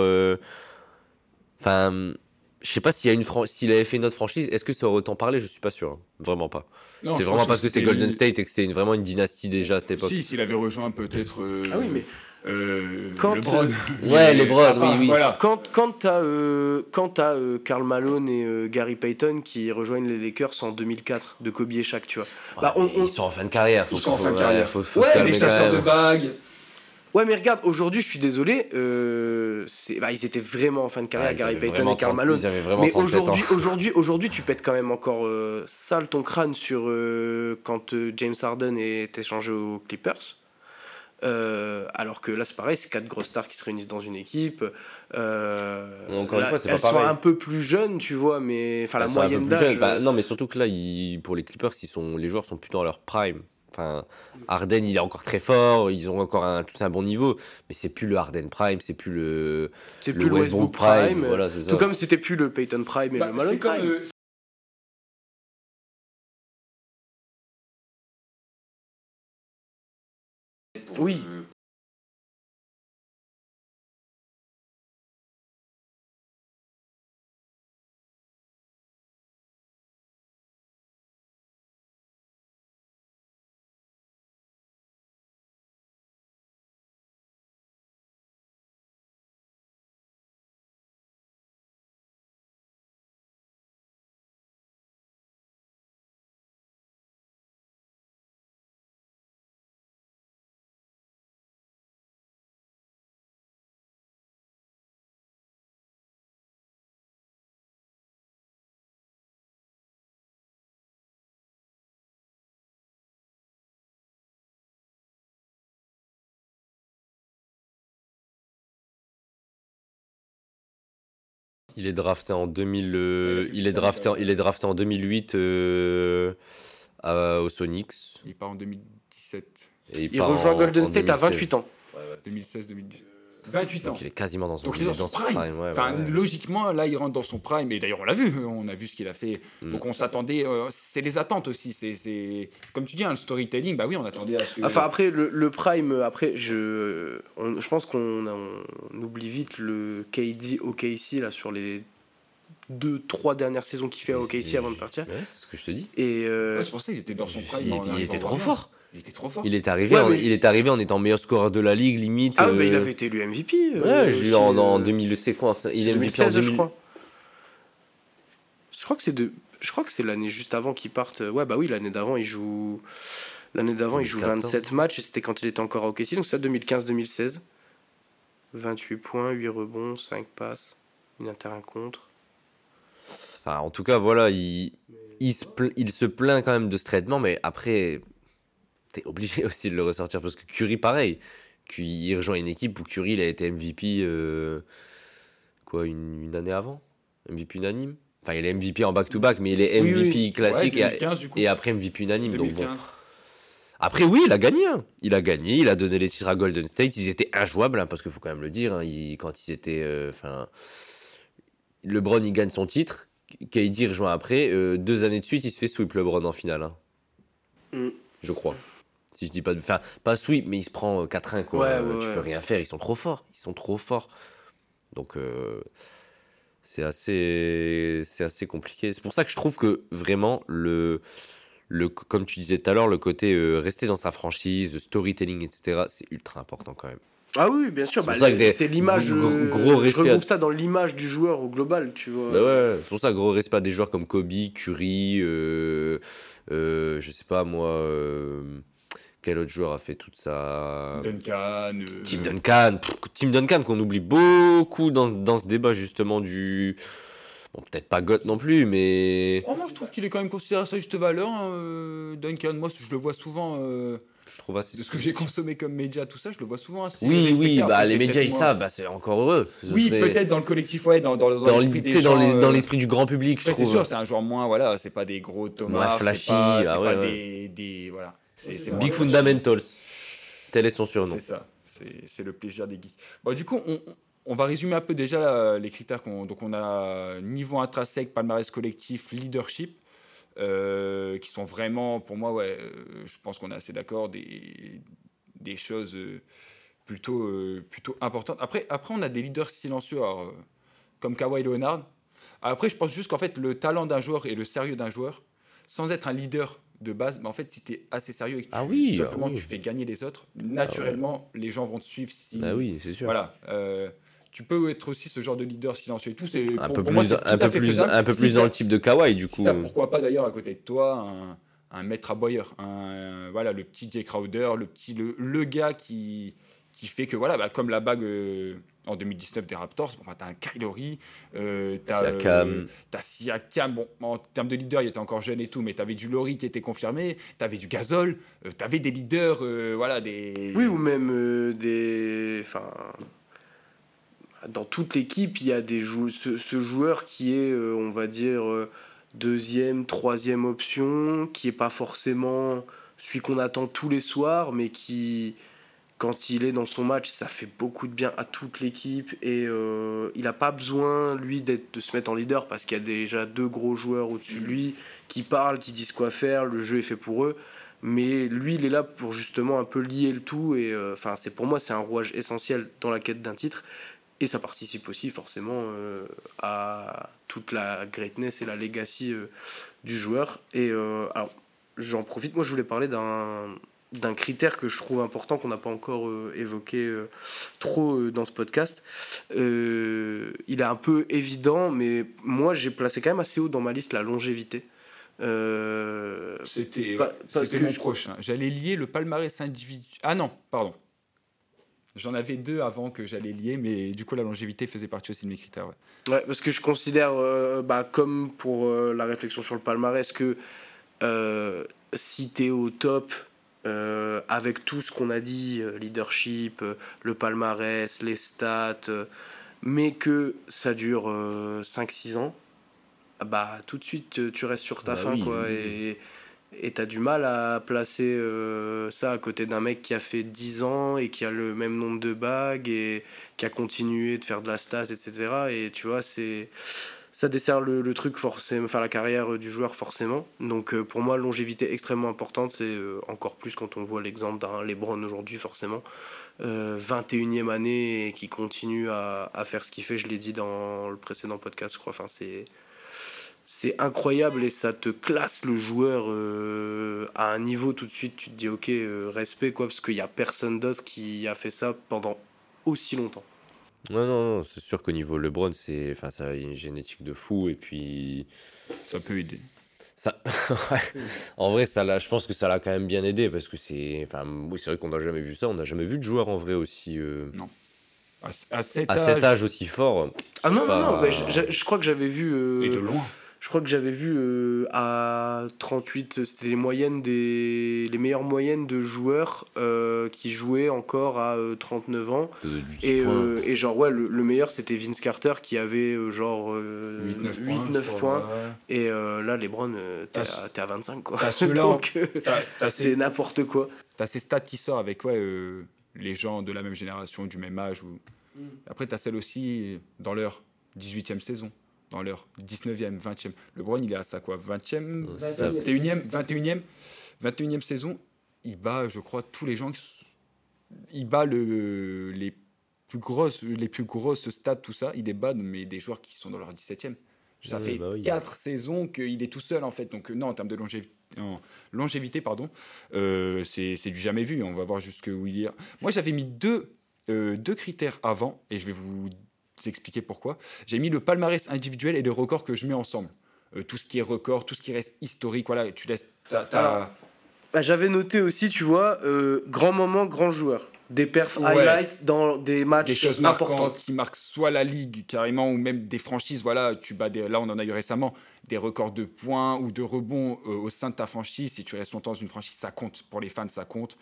[SPEAKER 3] Enfin, je sais pas s'il avait fait une autre franchise, est-ce que ça aurait autant parlé? Je suis pas sûr, hein. Vraiment pas.
[SPEAKER 1] Non,
[SPEAKER 3] C'est
[SPEAKER 1] je
[SPEAKER 3] vraiment
[SPEAKER 1] pense
[SPEAKER 3] parce que c'est
[SPEAKER 1] c'était
[SPEAKER 3] Golden State et que c'est vraiment une dynastie déjà à cette époque.
[SPEAKER 1] Si, s'il avait rejoint peut-être
[SPEAKER 2] Ah oui, mais
[SPEAKER 1] quand LeBron.
[SPEAKER 3] Ouais, LeBron,
[SPEAKER 1] à part,
[SPEAKER 3] oui, oui.
[SPEAKER 1] Voilà.
[SPEAKER 2] quand t'as Karl Malone et Gary Payton qui rejoignent les Lakers en 2004 de Kobe et Shaq, tu vois. Bah,
[SPEAKER 3] Ouais, mais ils sont en fin de carrière.
[SPEAKER 1] Ils sont en fin de carrière.
[SPEAKER 3] Faut se
[SPEAKER 2] Ouais,
[SPEAKER 1] Les
[SPEAKER 3] calmer quand
[SPEAKER 1] chasseurs de
[SPEAKER 3] même.
[SPEAKER 1] bagues.
[SPEAKER 2] Ouais, mais regarde, aujourd'hui, je suis désolé, ils étaient vraiment en fin de carrière,
[SPEAKER 3] Ouais,
[SPEAKER 2] Gary
[SPEAKER 3] ils avaient
[SPEAKER 2] Payton
[SPEAKER 3] vraiment
[SPEAKER 2] et Karl
[SPEAKER 3] 30
[SPEAKER 2] Malone.
[SPEAKER 3] Ils avaient vraiment
[SPEAKER 2] Mais
[SPEAKER 3] 37 ans.
[SPEAKER 2] aujourd'hui, tu pètes quand même encore sale ton crâne sur quand James Harden est échangé aux Clippers. Alors que là, c'est pareil, c'est 4 grosses stars qui se réunissent dans une équipe.
[SPEAKER 3] Encore une
[SPEAKER 2] Là,
[SPEAKER 3] fois, c'est pas
[SPEAKER 2] elles sont
[SPEAKER 3] pareil.
[SPEAKER 2] un peu plus jeunes, tu vois, mais enfin la
[SPEAKER 3] Ils sont un peu
[SPEAKER 2] moyenne
[SPEAKER 3] plus
[SPEAKER 2] d'âge.
[SPEAKER 3] jeunes. Bah, non, mais surtout que là, pour les Clippers, les joueurs sont plutôt dans leur prime. Enfin, Harden, il est encore très fort. Ils ont encore tous un bon niveau. Mais c'est plus le Harden prime, c'est plus
[SPEAKER 2] c'est
[SPEAKER 3] le
[SPEAKER 2] plus le Westbrook Prime.
[SPEAKER 3] Voilà, c'est ça.
[SPEAKER 2] Tout comme c'était plus le Peyton Prime et
[SPEAKER 1] Bah,
[SPEAKER 2] le Malone
[SPEAKER 1] c'est comme,
[SPEAKER 2] Prime. Oui.
[SPEAKER 3] Il est drafté en 2000.
[SPEAKER 1] Il a fait
[SPEAKER 3] Il est drafté en 2008 aux Sonics.
[SPEAKER 1] Il part en 2017.
[SPEAKER 3] Et
[SPEAKER 2] Il
[SPEAKER 3] part
[SPEAKER 2] rejoint
[SPEAKER 3] en-
[SPEAKER 2] Golden
[SPEAKER 3] en
[SPEAKER 2] State à 28
[SPEAKER 3] 2016.
[SPEAKER 2] ans.
[SPEAKER 1] 2016-2017. 28 ans.
[SPEAKER 3] Donc il est quasiment dans son,
[SPEAKER 1] Donc il est dans son prime.
[SPEAKER 3] ouais,
[SPEAKER 1] Enfin,
[SPEAKER 3] ouais.
[SPEAKER 1] logiquement, là, il rentre dans son prime. Et d'ailleurs, on a vu ce qu'il a fait.
[SPEAKER 3] Mm.
[SPEAKER 1] Donc on s'attendait. C'est les attentes aussi. C'est comme tu dis, hein, le storytelling. Bah oui, on attendait à ce que.
[SPEAKER 2] Enfin après le prime, après je pense qu'on oublie vite le KD OKC là sur les 2-3 dernières saisons qu'il fait à OKC avant de partir.
[SPEAKER 3] Ouais, c'est ce que je te dis.
[SPEAKER 2] Et
[SPEAKER 1] Ouais, c'est pour ça qu'il était dans son prime.
[SPEAKER 3] Il
[SPEAKER 1] en
[SPEAKER 3] était
[SPEAKER 1] arrivant
[SPEAKER 3] trop
[SPEAKER 1] aux
[SPEAKER 3] fort.
[SPEAKER 1] Warriors. Il était trop fort.
[SPEAKER 3] Il est arrivé,
[SPEAKER 2] Ouais, mais-
[SPEAKER 3] il est arrivé en étant meilleur scoreur de la ligue, limite.
[SPEAKER 2] ah mais il avait été élu MVP.
[SPEAKER 3] Ouais, j'ai eu
[SPEAKER 2] aussi,
[SPEAKER 3] en 2000, c'est quoi ça? Il
[SPEAKER 2] c'est
[SPEAKER 3] est MVP en
[SPEAKER 2] 2016 je
[SPEAKER 3] 2000.
[SPEAKER 2] crois. Je crois que c'est l'année juste avant qu'il parte. Ouais bah oui, l'année d'avant il joue
[SPEAKER 3] 2014.
[SPEAKER 2] 27 matchs et c'était quand il était encore à OKC, donc c'est 2015-2016. 28 points, 8 rebonds, 5 passes, une inter un contre.
[SPEAKER 3] Enfin, en tout cas, voilà, il se plaint quand même de ce traitement, mais après, t'es obligé aussi de le ressortir parce que Curry, pareil. Il rejoint une équipe où Curry il a été MVP une année avant, MVP unanime. Enfin, il est MVP en back-to-back, mais il est
[SPEAKER 2] Oui,
[SPEAKER 3] MVP
[SPEAKER 2] oui.
[SPEAKER 3] classique
[SPEAKER 1] Ouais, 2015 du coup.
[SPEAKER 3] et après MVP unanime. Donc bon.
[SPEAKER 1] 2015.
[SPEAKER 3] Après, oui, il a gagné. Hein. Il a gagné, il a donné les titres à Golden State. Ils étaient injouables, hein, parce qu'il faut quand même le dire. Hein, quand ils étaient. LeBron, il gagne son titre. KD rejoint après. 2 années de suite, il se fait sweep LeBron en finale. Hein, je crois. Si je dis pas de. Enfin, pas sweep, mais il se prend 4-1, quoi.
[SPEAKER 2] Ouais,
[SPEAKER 3] Tu peux rien faire. Ils sont trop forts. Ils sont trop forts. Donc, c'est assez compliqué. C'est pour ça que je trouve que vraiment, comme tu disais tout à l'heure, le côté rester dans sa franchise, le storytelling, etc., c'est ultra important quand même.
[SPEAKER 2] Ah oui, bien sûr.
[SPEAKER 3] C'est pour ça que
[SPEAKER 2] C'est l'image.
[SPEAKER 3] gros
[SPEAKER 2] Je
[SPEAKER 3] respect
[SPEAKER 2] regroupe ça dans l'image du joueur au global, tu vois.
[SPEAKER 3] Bah ouais, c'est pour ça, gros respect à des joueurs comme Kobe, Curry, je sais pas moi, quel autre joueur a fait toute sa...
[SPEAKER 1] Duncan.
[SPEAKER 3] Tim Duncan. Tim Duncan qu'on oublie beaucoup dans ce débat justement du... Bon, peut-être pas GOAT non plus, mais...
[SPEAKER 1] Oh, moi, je trouve qu'il est quand même considéré à sa juste valeur, hein, Duncan. Moi, je le vois souvent,
[SPEAKER 3] Je trouve assez...
[SPEAKER 1] de ce que j'ai consommé comme média, tout ça, je le vois souvent assez
[SPEAKER 3] Oui,
[SPEAKER 1] respecté.
[SPEAKER 3] bah
[SPEAKER 1] Après,
[SPEAKER 3] les
[SPEAKER 1] c'est
[SPEAKER 3] médias
[SPEAKER 1] peut-être
[SPEAKER 3] ils
[SPEAKER 1] moi.
[SPEAKER 3] savent, bah, c'est encore heureux.
[SPEAKER 1] Oui, peut-être dans le collectif, ouais, dans l'esprit des
[SPEAKER 3] tu sais,
[SPEAKER 1] gens.
[SPEAKER 3] dans l'esprit du grand public, je
[SPEAKER 1] Ouais, c'est
[SPEAKER 3] trouve.
[SPEAKER 1] sûr, c'est un joueur moins, voilà, c'est pas des gros Thomas,
[SPEAKER 3] Moins
[SPEAKER 1] c'est
[SPEAKER 3] flashy,
[SPEAKER 1] pas,
[SPEAKER 3] ah ouais,
[SPEAKER 1] voilà. C'est
[SPEAKER 3] Big
[SPEAKER 1] moins flashy.
[SPEAKER 3] Fundamentals. Tel est son surnom.
[SPEAKER 1] C'est ça, c'est le plaisir des geeks. Bon, du coup, on va résumer un peu déjà les critères donc on a niveau intrinsèque, palmarès collectif, leadership, qui sont vraiment, pour moi, ouais, je pense qu'on est assez d'accord, des choses plutôt importantes. Après, on a des leaders silencieux, alors, comme Kawhi Leonard. Après, je pense juste qu'en fait, le talent d'un joueur et le sérieux d'un joueur, sans être un leader de base, mais en fait, si tu es assez sérieux et que tu fais gagner les autres, naturellement, les gens vont te suivre.
[SPEAKER 3] Ah oui, c'est sûr.
[SPEAKER 1] Voilà. Tu peux être aussi ce genre de leader silencieux et tout.
[SPEAKER 3] Un peu plus dans le type de Kawhi, du coup.
[SPEAKER 1] Pourquoi pas d'ailleurs à côté de toi un maître aboyeur, voilà, le petit Jay Crowder, le gars qui fait que, voilà, comme la bague en 2019 des Raptors, enfin, tu as un Kylori, t'as Siakam. Bon, en termes de leader, il était encore jeune et tout, mais tu avais du Lori qui était confirmé, tu avais du Gasol, tu avais des leaders, voilà, des...
[SPEAKER 2] Oui, ou même des... Enfin, dans toute l'équipe, il y a ce joueur qui est, on va dire, deuxième, troisième option, qui n'est pas forcément celui qu'on attend tous les soirs, mais qui... Quand il est dans son match, ça fait beaucoup de bien à toute l'équipe et il n'a pas besoin, lui, de se mettre en leader parce qu'il y a déjà 2 gros joueurs au-dessus de lui qui parlent, qui disent quoi faire, le jeu est fait pour eux. Mais lui, il est là pour justement un peu lier le tout et pour moi, c'est un rouage essentiel dans la quête d'un titre et ça participe aussi forcément à toute la greatness et la legacy du joueur. Et alors, j'en profite, moi je voulais parler d'un critère que je trouve important, qu'on n'a pas encore évoqué trop dans ce podcast. Il est un peu évident, mais moi j'ai placé quand même assez haut dans ma liste la longévité.
[SPEAKER 1] C'était mon prochain. J'allais lier le palmarès individuel. Ah non, pardon. J'en avais 2 avant que j'allais lier, mais du coup la longévité faisait partie aussi de mes critères.
[SPEAKER 2] Ouais, parce que je considère, comme pour la réflexion sur le palmarès, que si t'es au top, avec tout ce qu'on a dit, leadership, le palmarès, les stats, mais que ça dure 5-6 ans, bah tout de suite tu restes sur ta fin,
[SPEAKER 3] oui,
[SPEAKER 2] quoi.
[SPEAKER 3] oui.
[SPEAKER 2] Et t'as du mal à placer ça à côté d'un mec qui a fait 10 ans et qui a le même nombre de bagues et qui a continué de faire de la stats, etc. Et tu vois, ça dessert le truc forcément, enfin la carrière du joueur forcément. Donc pour moi, longévité extrêmement importante, c'est encore plus quand on voit l'exemple d'un LeBron aujourd'hui forcément. 21e année et qui continue à faire ce qu'il fait, je l'ai dit dans le précédent podcast, je crois. Enfin, c'est incroyable et ça te classe le joueur à un niveau tout de suite. Tu te dis ok, respect, quoi, parce qu'il n'y a personne d'autre qui a fait ça pendant aussi longtemps.
[SPEAKER 3] Non, c'est sûr qu'au niveau LeBron, ça a une génétique de fou et puis
[SPEAKER 1] Ça peut aider.
[SPEAKER 3] ça, ouais. En vrai, je pense que ça l'a quand même bien aidé parce que c'est vrai qu'on n'a jamais vu ça, on n'a jamais vu de joueur en vrai aussi
[SPEAKER 1] Non. À cet
[SPEAKER 3] à cet âge aussi fort.
[SPEAKER 2] Ah non,
[SPEAKER 3] pas-
[SPEAKER 2] non, mais je crois que j'avais vu
[SPEAKER 1] Et de loin.
[SPEAKER 2] Je crois que j'avais vu à 38, c'était les meilleures moyennes de joueurs qui jouaient encore à 39 ans.
[SPEAKER 3] Du
[SPEAKER 2] Et genre, ouais, le meilleur, c'était Vince Carter qui avait genre
[SPEAKER 1] 8-9
[SPEAKER 2] points.
[SPEAKER 1] Ouais.
[SPEAKER 2] Et là, LeBron,
[SPEAKER 1] T'as-
[SPEAKER 2] t'es à 25, quoi.
[SPEAKER 1] t'as ceux-là,
[SPEAKER 2] Donc,
[SPEAKER 1] T'as
[SPEAKER 2] c'est n'importe quoi.
[SPEAKER 1] ces stats qui sortent avec les gens de la même génération, du même âge. Après, tu as celles aussi dans leur 18e saison, dans leur 19e, 20e. LeBron, il est à sa quoi 20e,
[SPEAKER 3] Ouais, c'est ça.
[SPEAKER 1] 21e saison. Il bat, je crois, tous les gens. Il bat les plus grosses stats, tout ça. Il les bat, mais des joueurs qui sont dans leur 17e. Ça
[SPEAKER 3] Ouais,
[SPEAKER 1] fait
[SPEAKER 3] bah oui.
[SPEAKER 1] 4 saisons qu'il est tout seul, en fait. Donc, non, en termes de longévité, pardon, c'est du jamais vu. On va voir jusqu'où il ira. Moi, j'avais mis deux critères avant, et je vais vous expliquer pourquoi. J'ai mis le palmarès individuel et les records que je mets ensemble. Tout ce qui est record, tout ce qui reste historique, voilà, tu laisses...
[SPEAKER 2] Alors, bah, j'avais noté aussi, tu vois, grand moment, grand joueur. Des perfs
[SPEAKER 1] Ouais.
[SPEAKER 2] highlights dans des matchs
[SPEAKER 1] des choses
[SPEAKER 2] importants.
[SPEAKER 1] marquantes qui marquent soit la ligue carrément ou même des franchises. Voilà, tu bats là on en a eu récemment des records de points ou de rebonds au sein de ta franchise. Si tu restes longtemps dans une franchise, ça compte pour les fans, ça compte.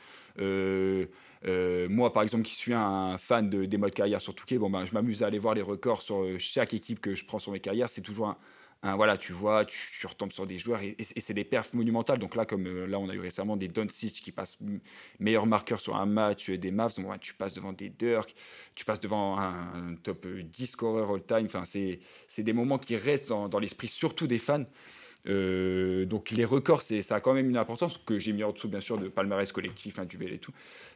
[SPEAKER 1] Moi par exemple qui suis un fan des modes carrière sur Touquet, bon ben je m'amuse à aller voir les records sur chaque équipe que je prends sur mes carrières. C'est toujours voilà, tu vois, tu retombes sur des joueurs et c'est des perfs monumentales. Donc là, comme là, on a eu récemment des Doncic qui passent meilleur marqueur sur un match des Mavs. Donc, ouais, tu passes devant des Dirk, tu passes devant un top 10 scoreur all-time. Enfin, c'est des moments qui restent dans l'esprit, surtout des fans. Donc les records, ça a quand même une importance que j'ai mis en dessous, bien sûr, de palmarès collectif, duel et tout.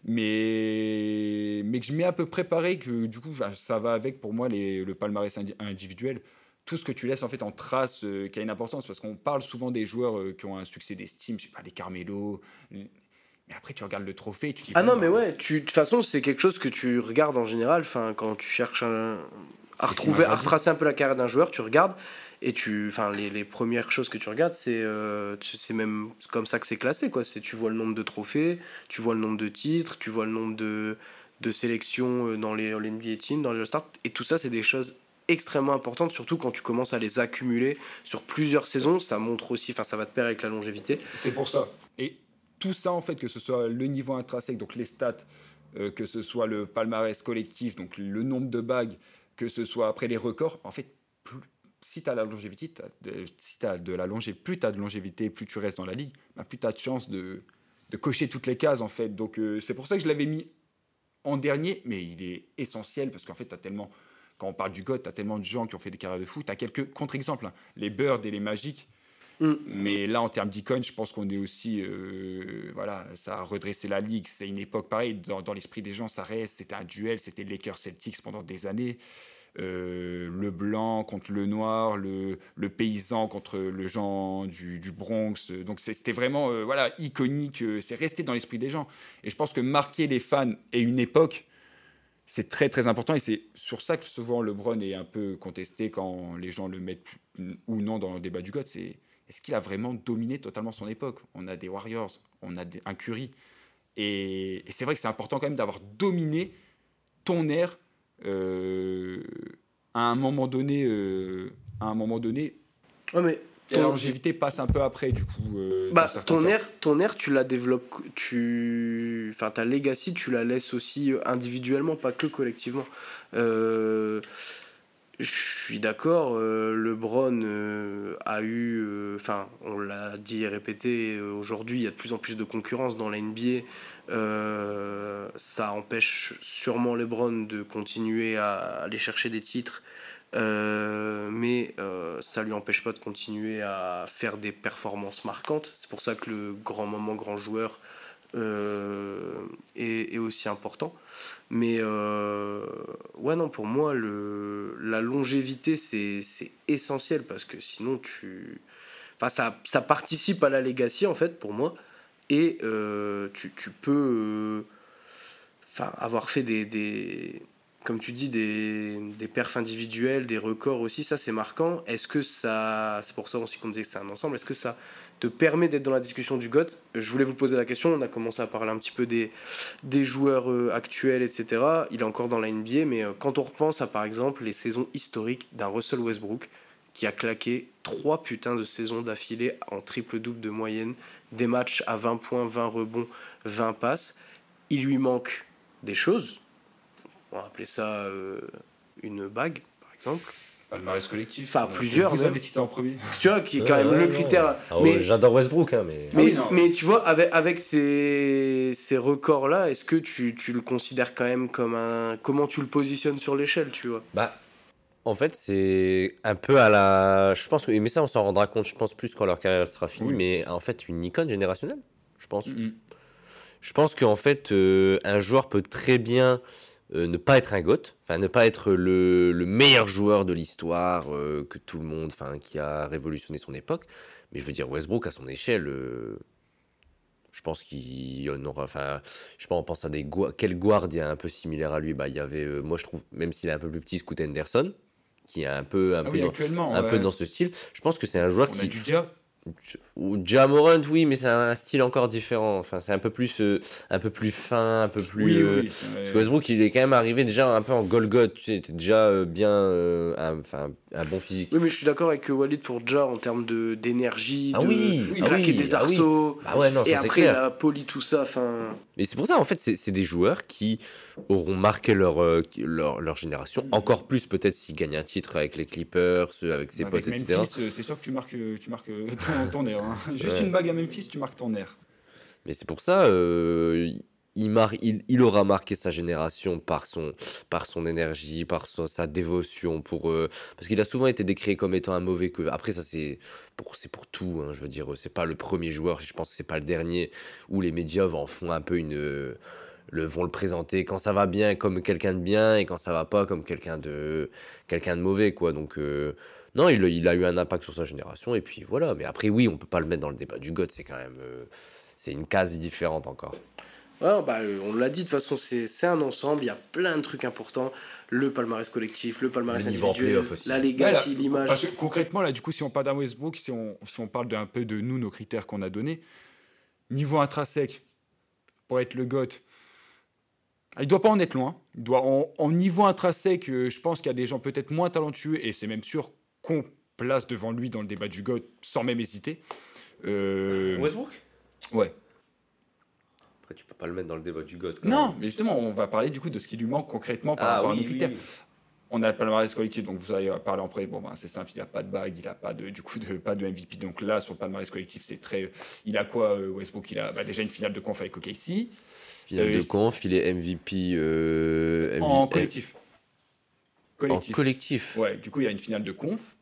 [SPEAKER 1] Mais que je mets à peu près pareil, que du coup, ça va avec pour moi le palmarès individuel. Tout ce que tu laisses en fait en trace qui a une importance parce qu'on parle souvent des joueurs qui ont un succès d'estime, je sais pas, les Carmelo, mais après tu regardes le trophée et tu dis
[SPEAKER 2] Ah
[SPEAKER 1] bon,
[SPEAKER 2] non, mais ouais, de toute façon, c'est quelque chose que tu regardes en général. Quand tu cherches à retracer un peu la carrière d'un joueur, tu regardes et les premières choses que tu regardes, c'est même comme ça que c'est classé, quoi. Tu vois le nombre de trophées, tu vois le nombre de titres, tu vois le nombre de sélections dans les NBA Teams, dans les All-Stars, et tout ça, c'est des choses extrêmement importantes, surtout quand tu commences à les accumuler sur plusieurs saisons. Ça montre aussi, ça va te pair avec la longévité.
[SPEAKER 1] c'est pour ça. Et tout ça en fait, que ce soit le niveau intrinsèque, donc les stats, que ce soit le palmarès collectif, donc le nombre de bagues, que ce soit après les records, en fait, si tu as la longévité, si tu as de la longévité, plus tu as de longévité, plus tu restes dans la ligue, plus tu as de chances de cocher toutes les cases en fait. Donc c'est pour ça que je l'avais mis en dernier, mais il est essentiel parce qu'en fait, tu as tellement, quand on parle du GOAT, tu as tellement de gens qui ont fait des carrières de fou. Tu as quelques contre-exemples, les Bird et les Magic. Mais là, en termes d'icônes, je pense qu'on est aussi. Voilà, ça a redressé la ligue. C'est une époque pareille. Dans l'esprit des gens, ça reste. C'était un duel. C'était Lakers Celtics pendant des années. Le blanc contre le noir, le paysan contre le gens du Bronx. Donc c'était vraiment voilà, iconique. C'est resté dans l'esprit des gens. Et je pense que marquer les fans et une époque, c'est très très important. Et c'est sur ça que souvent LeBron est un peu contesté quand les gens le mettent ou non dans le débat du GOAT. C'est est-ce qu'il a vraiment dominé totalement son époque? On a des Warriors, on a un Curry. Et c'est vrai que c'est important quand même d'avoir dominé ton ère à un moment donné.
[SPEAKER 2] Ouais, mais
[SPEAKER 1] Et la longévité passe un peu après, du coup.
[SPEAKER 2] ton ère, tu la développes, ta legacy, tu la laisses aussi individuellement, pas que collectivement. Je suis d'accord, LeBron a eu, on l'a dit et répété, aujourd'hui il y a de plus en plus de concurrence dans la NBA. Ça empêche sûrement LeBron de continuer à aller chercher des titres, mais ça lui empêche pas de continuer à faire des performances marquantes. C'est pour ça que le grand moment, grand joueur est aussi important. Mais ouais, non, pour moi, la longévité, c'est essentiel parce que sinon, ça participe à la legacy, en fait, pour moi. Et tu peux avoir fait comme tu dis, des perfs individuels, des records aussi, ça c'est marquant. Est-ce que ça, c'est pour ça aussi qu'on disait que c'est un ensemble, est-ce que ça te permet d'être dans la discussion du GOAT? Je voulais vous poser la question, on a commencé à parler un petit peu des joueurs actuels, etc. Il est encore dans la NBA, mais quand on repense à par exemple les saisons historiques d'un Russell Westbrook, qui a claqué 3 putains de saisons d'affilée en triple-double de moyenne, des matchs à 20 points, 20 rebonds, 20 passes. Il lui manque des choses. On va appeler ça une bague, par exemple.
[SPEAKER 1] Palmarès collectif.
[SPEAKER 2] Enfin, plusieurs.
[SPEAKER 1] Vous avez cité en premier.
[SPEAKER 2] Tu vois, qui est quand même le critère.
[SPEAKER 3] J'adore Westbrook, hein, mais...
[SPEAKER 2] Mais tu vois, avec ces records-là, est-ce que tu le considères quand même comme un... Comment tu le positionnes sur l'échelle, tu vois?
[SPEAKER 3] Bah, en fait, c'est un peu à la... Je pense que... Mais ça, on s'en rendra compte, je pense, plus quand leur carrière sera finie.
[SPEAKER 1] Oui.
[SPEAKER 3] Mais en fait, une icône générationnelle, je pense.
[SPEAKER 1] Mm-hmm.
[SPEAKER 3] Je pense qu'en fait, un joueur peut très bien ne pas être un GOAT, enfin ne pas être le meilleur joueur de l'histoire que tout le monde, enfin qui a révolutionné son époque. Mais je veux dire, Westbrook à son échelle, je pense qu'il y en aura. Enfin, je sais pas, on pense à quel guard il y a un peu similaire à lui. Bah, il y avait, moi je trouve, même s'il est un peu plus petit, Scoot Henderson, qui est un peu
[SPEAKER 1] actuellement,
[SPEAKER 3] un peu dans ce style. Je pense que c'est un joueur
[SPEAKER 1] on
[SPEAKER 3] qui
[SPEAKER 1] a du dia.
[SPEAKER 3] Ou Ja Morant, oui, mais c'est un style encore différent. Enfin, c'est un peu plus fin, un peu plus.
[SPEAKER 1] Oui,
[SPEAKER 3] Parce que Westbrook, il est quand même arrivé déjà un peu en Golgoth. Tu sais, il était déjà bien, un bon physique.
[SPEAKER 2] Oui, mais je suis d'accord avec Walid pour Ja en termes d'énergie,
[SPEAKER 3] oui,
[SPEAKER 2] claquer des arceaux.
[SPEAKER 3] Ah ouais, non,
[SPEAKER 2] et
[SPEAKER 3] ça, c'est
[SPEAKER 2] après,
[SPEAKER 3] clair.
[SPEAKER 2] il a poli tout ça. Enfin.
[SPEAKER 3] Mais c'est pour ça, en fait, c'est des joueurs qui auront marqué leur génération. Encore plus, peut-être, s'ils gagnent un titre avec les Clippers, avec ses potes, etc.
[SPEAKER 1] Memphis, c'est sûr que tu marques ton air. Hein. Juste une bague à Memphis, tu marques ton air.
[SPEAKER 3] Mais c'est pour ça, il aura marqué sa génération par son énergie, par sa dévotion, parce qu'il a souvent été décrit comme étant un mauvais que. Après, ça, c'est pour tout. Hein, je veux dire, c'est pas le premier joueur, je pense que c'est pas le dernier, où les médias en font un peu vont le présenter quand ça va bien comme quelqu'un de bien et quand ça va pas comme quelqu'un de mauvais, quoi. Donc. Non, il a eu un impact sur sa génération, et puis voilà. Mais après, oui, on peut pas le mettre dans le débat du GOAT, c'est quand même. C'est une case différente encore.
[SPEAKER 2] Ouais, bah, on l'a dit, de toute façon, c'est un ensemble, il y a plein de trucs importants. Le palmarès collectif, le palmarès individuel, la legacy, l'image.
[SPEAKER 1] Parce que concrètement, là, du coup, si on parle d'un Westbrook, si on parle d'un peu de nous, nos critères qu'on a donnés, niveau intrinsèque, pour être le GOAT, il ne doit pas en être loin. Il doit en niveau intrinsèque, je pense qu'il y a des gens peut-être moins talentueux, et c'est même sûr qu'on place devant lui dans le débat du GOAT sans même hésiter.
[SPEAKER 3] Westbrook ?
[SPEAKER 1] Ouais.
[SPEAKER 3] Après, tu peux pas le mettre dans le débat du GOAT.
[SPEAKER 1] Non, mais justement, on va parler du coup de ce qui lui manque concrètement par rapport à nos critères.
[SPEAKER 3] Oui.
[SPEAKER 1] On a le palmarès collectif, donc vous allez parler en premier. Bon, c'est simple, il n'a pas de bague, il n'a pas de MVP. Donc là, sur le palmarès collectif, c'est très. Il a quoi, Westbrook? Il a déjà une finale de conf avec OKC.
[SPEAKER 3] Finale de conf, il est MVP.
[SPEAKER 1] En collectif.
[SPEAKER 3] En collectif.
[SPEAKER 1] Ouais, du coup, il y a une finale de conf.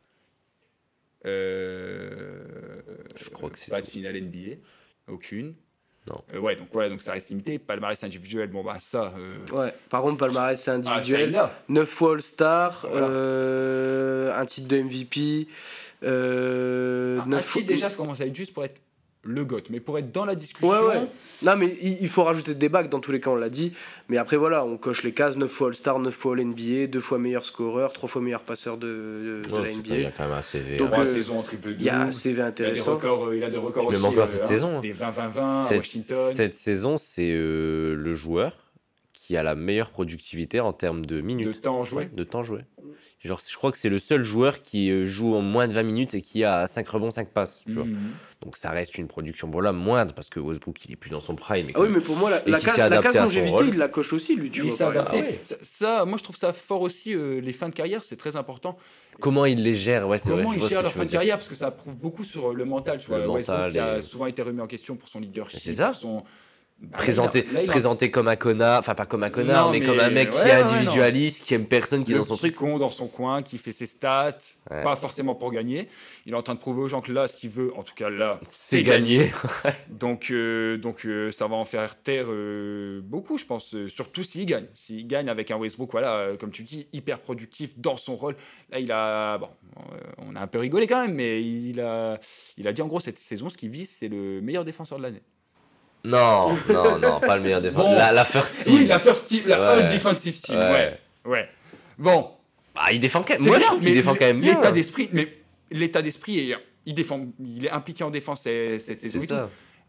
[SPEAKER 3] Je crois que c'est
[SPEAKER 1] pas de finale NBA, aucune.
[SPEAKER 3] Non.
[SPEAKER 1] Donc ça reste limité. Palmarès individuel, ça.
[SPEAKER 2] Ouais. Par contre, palmarès individuel,
[SPEAKER 1] ça,
[SPEAKER 2] 9 fois All-Star,
[SPEAKER 1] voilà.
[SPEAKER 2] un titre de MVP.
[SPEAKER 1] Un titre déjà, ça commence à être juste pour être le GOAT, mais pour être dans la discussion.
[SPEAKER 2] Ouais. Non, mais il faut rajouter des bagues dans tous les cas, on l'a dit. Mais après, voilà, on coche les cases 9 fois All-Star, 9 fois All-NBA, 2 fois meilleur scoreur, 3 fois meilleur passeur de la NBA.
[SPEAKER 3] Il y a quand même un CV.
[SPEAKER 2] Donc,
[SPEAKER 1] 3 saisons en triple double.
[SPEAKER 2] Il y a un CV intéressant.
[SPEAKER 1] Il a des records aussi.
[SPEAKER 3] Même encore cette saison.
[SPEAKER 1] Des 20-20-20 à Washington.
[SPEAKER 3] Cette saison, c'est le joueur qui a la meilleure productivité en termes de minutes.
[SPEAKER 1] De temps joué.
[SPEAKER 3] Ouais, de temps joué. Genre, je crois que c'est le seul joueur qui joue en moins de 20 minutes et qui a 5 rebonds, 5 passes. Tu vois. Donc ça reste une production moindre parce que Westbrook, il est plus dans son prime.
[SPEAKER 2] Oui, mais pour moi, la case longévité, il la coche aussi, lui. Tu vois,
[SPEAKER 1] il s'est adapté. Ça, moi, je trouve ça fort aussi. Les fins de carrière, c'est très important.
[SPEAKER 3] Comment il les gère, ouais, c'est vrai.
[SPEAKER 1] Comment ils gèrent leur fin de carrière, parce que ça prouve beaucoup sur le mental. Tu vois, Westbrook qui a souvent été remis en question pour son leadership.
[SPEAKER 3] C'est ça.
[SPEAKER 1] Présenté
[SPEAKER 3] comme un connard, enfin pas comme un connard, mais comme un mec qui est individualiste, qui aime personne, qui est dans son truc.
[SPEAKER 1] Dans son coin, qui fait ses stats, pas forcément pour gagner. Il est en train de prouver aux gens que là, ce qu'il veut, en tout cas là,
[SPEAKER 3] c'est gagner.
[SPEAKER 1] donc ça va en faire taire beaucoup, je pense, surtout s'il gagne. S'il gagne avec un Westbrook, voilà, comme tu dis, hyper productif dans son rôle. Là, on a un peu rigolé quand même, mais il a dit en gros cette saison, ce qu'il vise, c'est le meilleur défenseur de l'année.
[SPEAKER 3] Non, pas le meilleur défenseur. La first team.
[SPEAKER 1] Oui, la first team, la all defensive team. Ouais. Bon.
[SPEAKER 3] Il défend quand même. Moi, je trouve qu'il défend quand même bien.
[SPEAKER 1] L'état d'esprit, il est impliqué en défense cette saison.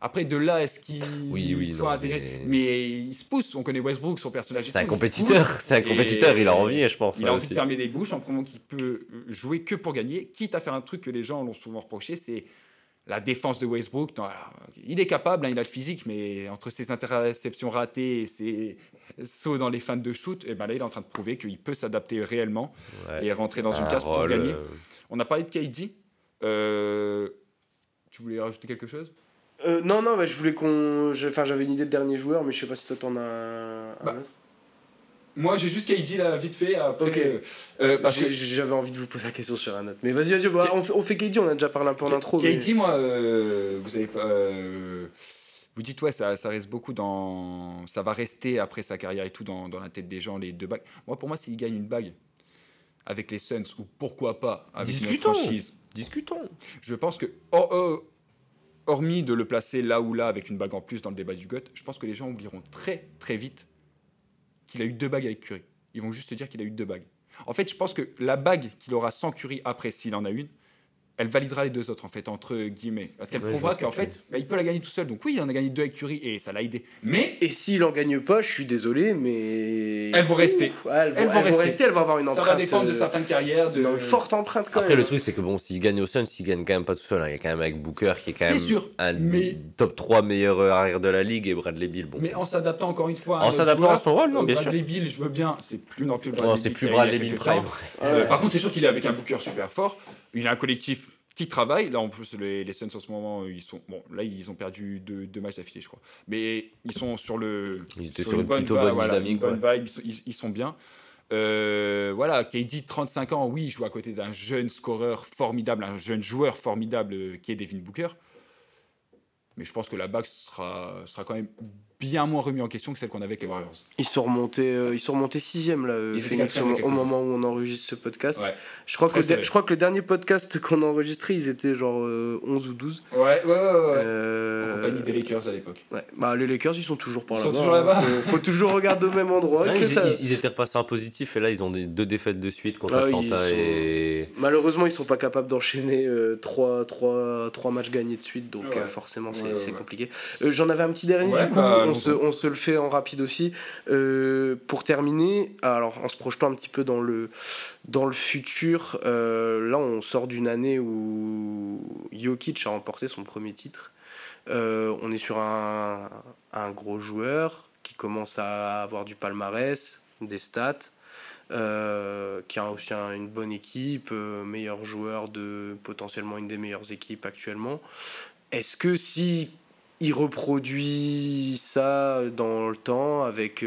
[SPEAKER 1] Après, de là, est-ce qu'il soit
[SPEAKER 3] non,
[SPEAKER 1] intégré mais il se pousse. On connaît Westbrook, son personnage.
[SPEAKER 3] C'est un compétiteur. C'est un compétiteur. Il a envie, je pense.
[SPEAKER 1] Il a envie
[SPEAKER 3] aussi.
[SPEAKER 1] de fermer les bouches en prouvant qu'il peut jouer que pour gagner. Quitte à faire un truc que les gens l'ont souvent reproché, c'est la défense de Westbrook. Non, alors, il est capable, hein, il a le physique, mais entre ses interceptions ratées et ses sauts dans les feintes de shoot, et ben là, il est en train de prouver qu'il peut s'adapter réellement et rentrer dans une case pour gagner. On a parlé de KD. Tu voulais rajouter quelque chose?
[SPEAKER 2] Non, bah, je voulais j'avais une idée de dernier joueur, mais je sais pas si toi t'en as un autre.
[SPEAKER 1] Moi, j'ai juste KD là, vite fait. Après,
[SPEAKER 2] parce que j'avais envie de vous poser la question sur un autre. Mais vas-y, on fait KD, on a déjà parlé un peu en intro.
[SPEAKER 1] KD, moi, vous avez pas. Vous dites, ouais, ça reste beaucoup dans. Ça va rester après sa carrière et tout dans la tête des gens, les 2 bagues. Moi, pour moi, s'il gagne une bague avec les Suns, ou pourquoi pas avec une franchise.
[SPEAKER 3] Discutons.
[SPEAKER 1] Je pense que. Hormis de le placer là ou là avec une bague en plus dans le débat du GOAT, je pense que les gens oublieront très très vite qu'il a eu 2 bagues avec Curry. Ils vont juste se dire qu'il a eu 2 bagues. En fait, je pense que la bague qu'il aura sans Curry après, s'il en a une, elle validera les 2 autres, en fait, entre guillemets. Parce qu'elle prouvera qu'en fait, il peut la gagner tout seul. Donc oui, il en a gagné 2 avec Curry et ça l'a aidé. Mais...
[SPEAKER 2] Et s'il en gagne pas, je suis désolé, mais...
[SPEAKER 1] Elles vont rester.
[SPEAKER 2] Elles vont rester, elles vont avoir une empreinte...
[SPEAKER 1] Ça va dépendre de sa fin de carrière.
[SPEAKER 2] Une forte empreinte quand même.
[SPEAKER 3] Après, le truc, c'est que bon, s'il gagne au Suns, il gagne quand même pas tout seul. Hein. Il y a quand même avec Booker, qui est quand même top 3 meilleur arrière de la ligue, et Bradley Beal. Bon,
[SPEAKER 1] mais en s'adaptant encore une fois
[SPEAKER 3] en s'adaptant à son rôle, non, bien sûr.
[SPEAKER 1] Bradley Beal, je veux bien, c'est plus non plus
[SPEAKER 3] Bradley Beal prime.
[SPEAKER 1] Par contre, c'est sûr qu'il est avec un Booker super fort. Il a un collectif qui travaille. Là, en plus, les Suns en ce moment, ils sont... Bon, là, ils ont perdu 2 matchs d'affilée, je crois. Mais ils sont sur le...
[SPEAKER 3] Ils étaient sur une plutôt bonne dynamique.
[SPEAKER 1] Une bonne vibe, ils sont bien. Voilà, KD, 35 ans, oui, il joue à côté d'un jeune scoreur formidable, un jeune joueur formidable qui est Devin Booker. Mais je pense que la bague sera quand même bien moins remis en question que celle qu'on avait avec les Warriors.
[SPEAKER 2] Ils sont remontés 6e là, Phoenix, au moment où on enregistre ce podcast. Ouais. Je crois que le dernier podcast qu'on a enregistré, ils étaient genre 11 ou 12.
[SPEAKER 1] Ouais. En compagnie des Lakers à l'époque.
[SPEAKER 2] Ouais. Bah, les Lakers, ils sont toujours par là-bas.
[SPEAKER 1] Ils sont toujours là-bas.
[SPEAKER 2] Faut toujours regarder au même endroit.
[SPEAKER 3] Ils étaient repassés en positif et là, ils ont 2 défaites de suite contre Atlanta.
[SPEAKER 2] Malheureusement, ils sont pas capables d'enchaîner 3 matchs gagnés de suite, donc forcément, c'est compliqué. J'en avais un petit dernier, du coup. On se le fait en rapide aussi. Pour terminer, alors en se projetant un petit peu dans le futur, là on sort d'une année où Jokic a remporté son premier titre. On est sur un gros joueur qui commence à avoir du palmarès, des stats, qui a aussi une bonne équipe, meilleur joueur de potentiellement une des meilleures équipes actuellement. Est-ce que si il reproduit ça dans le temps avec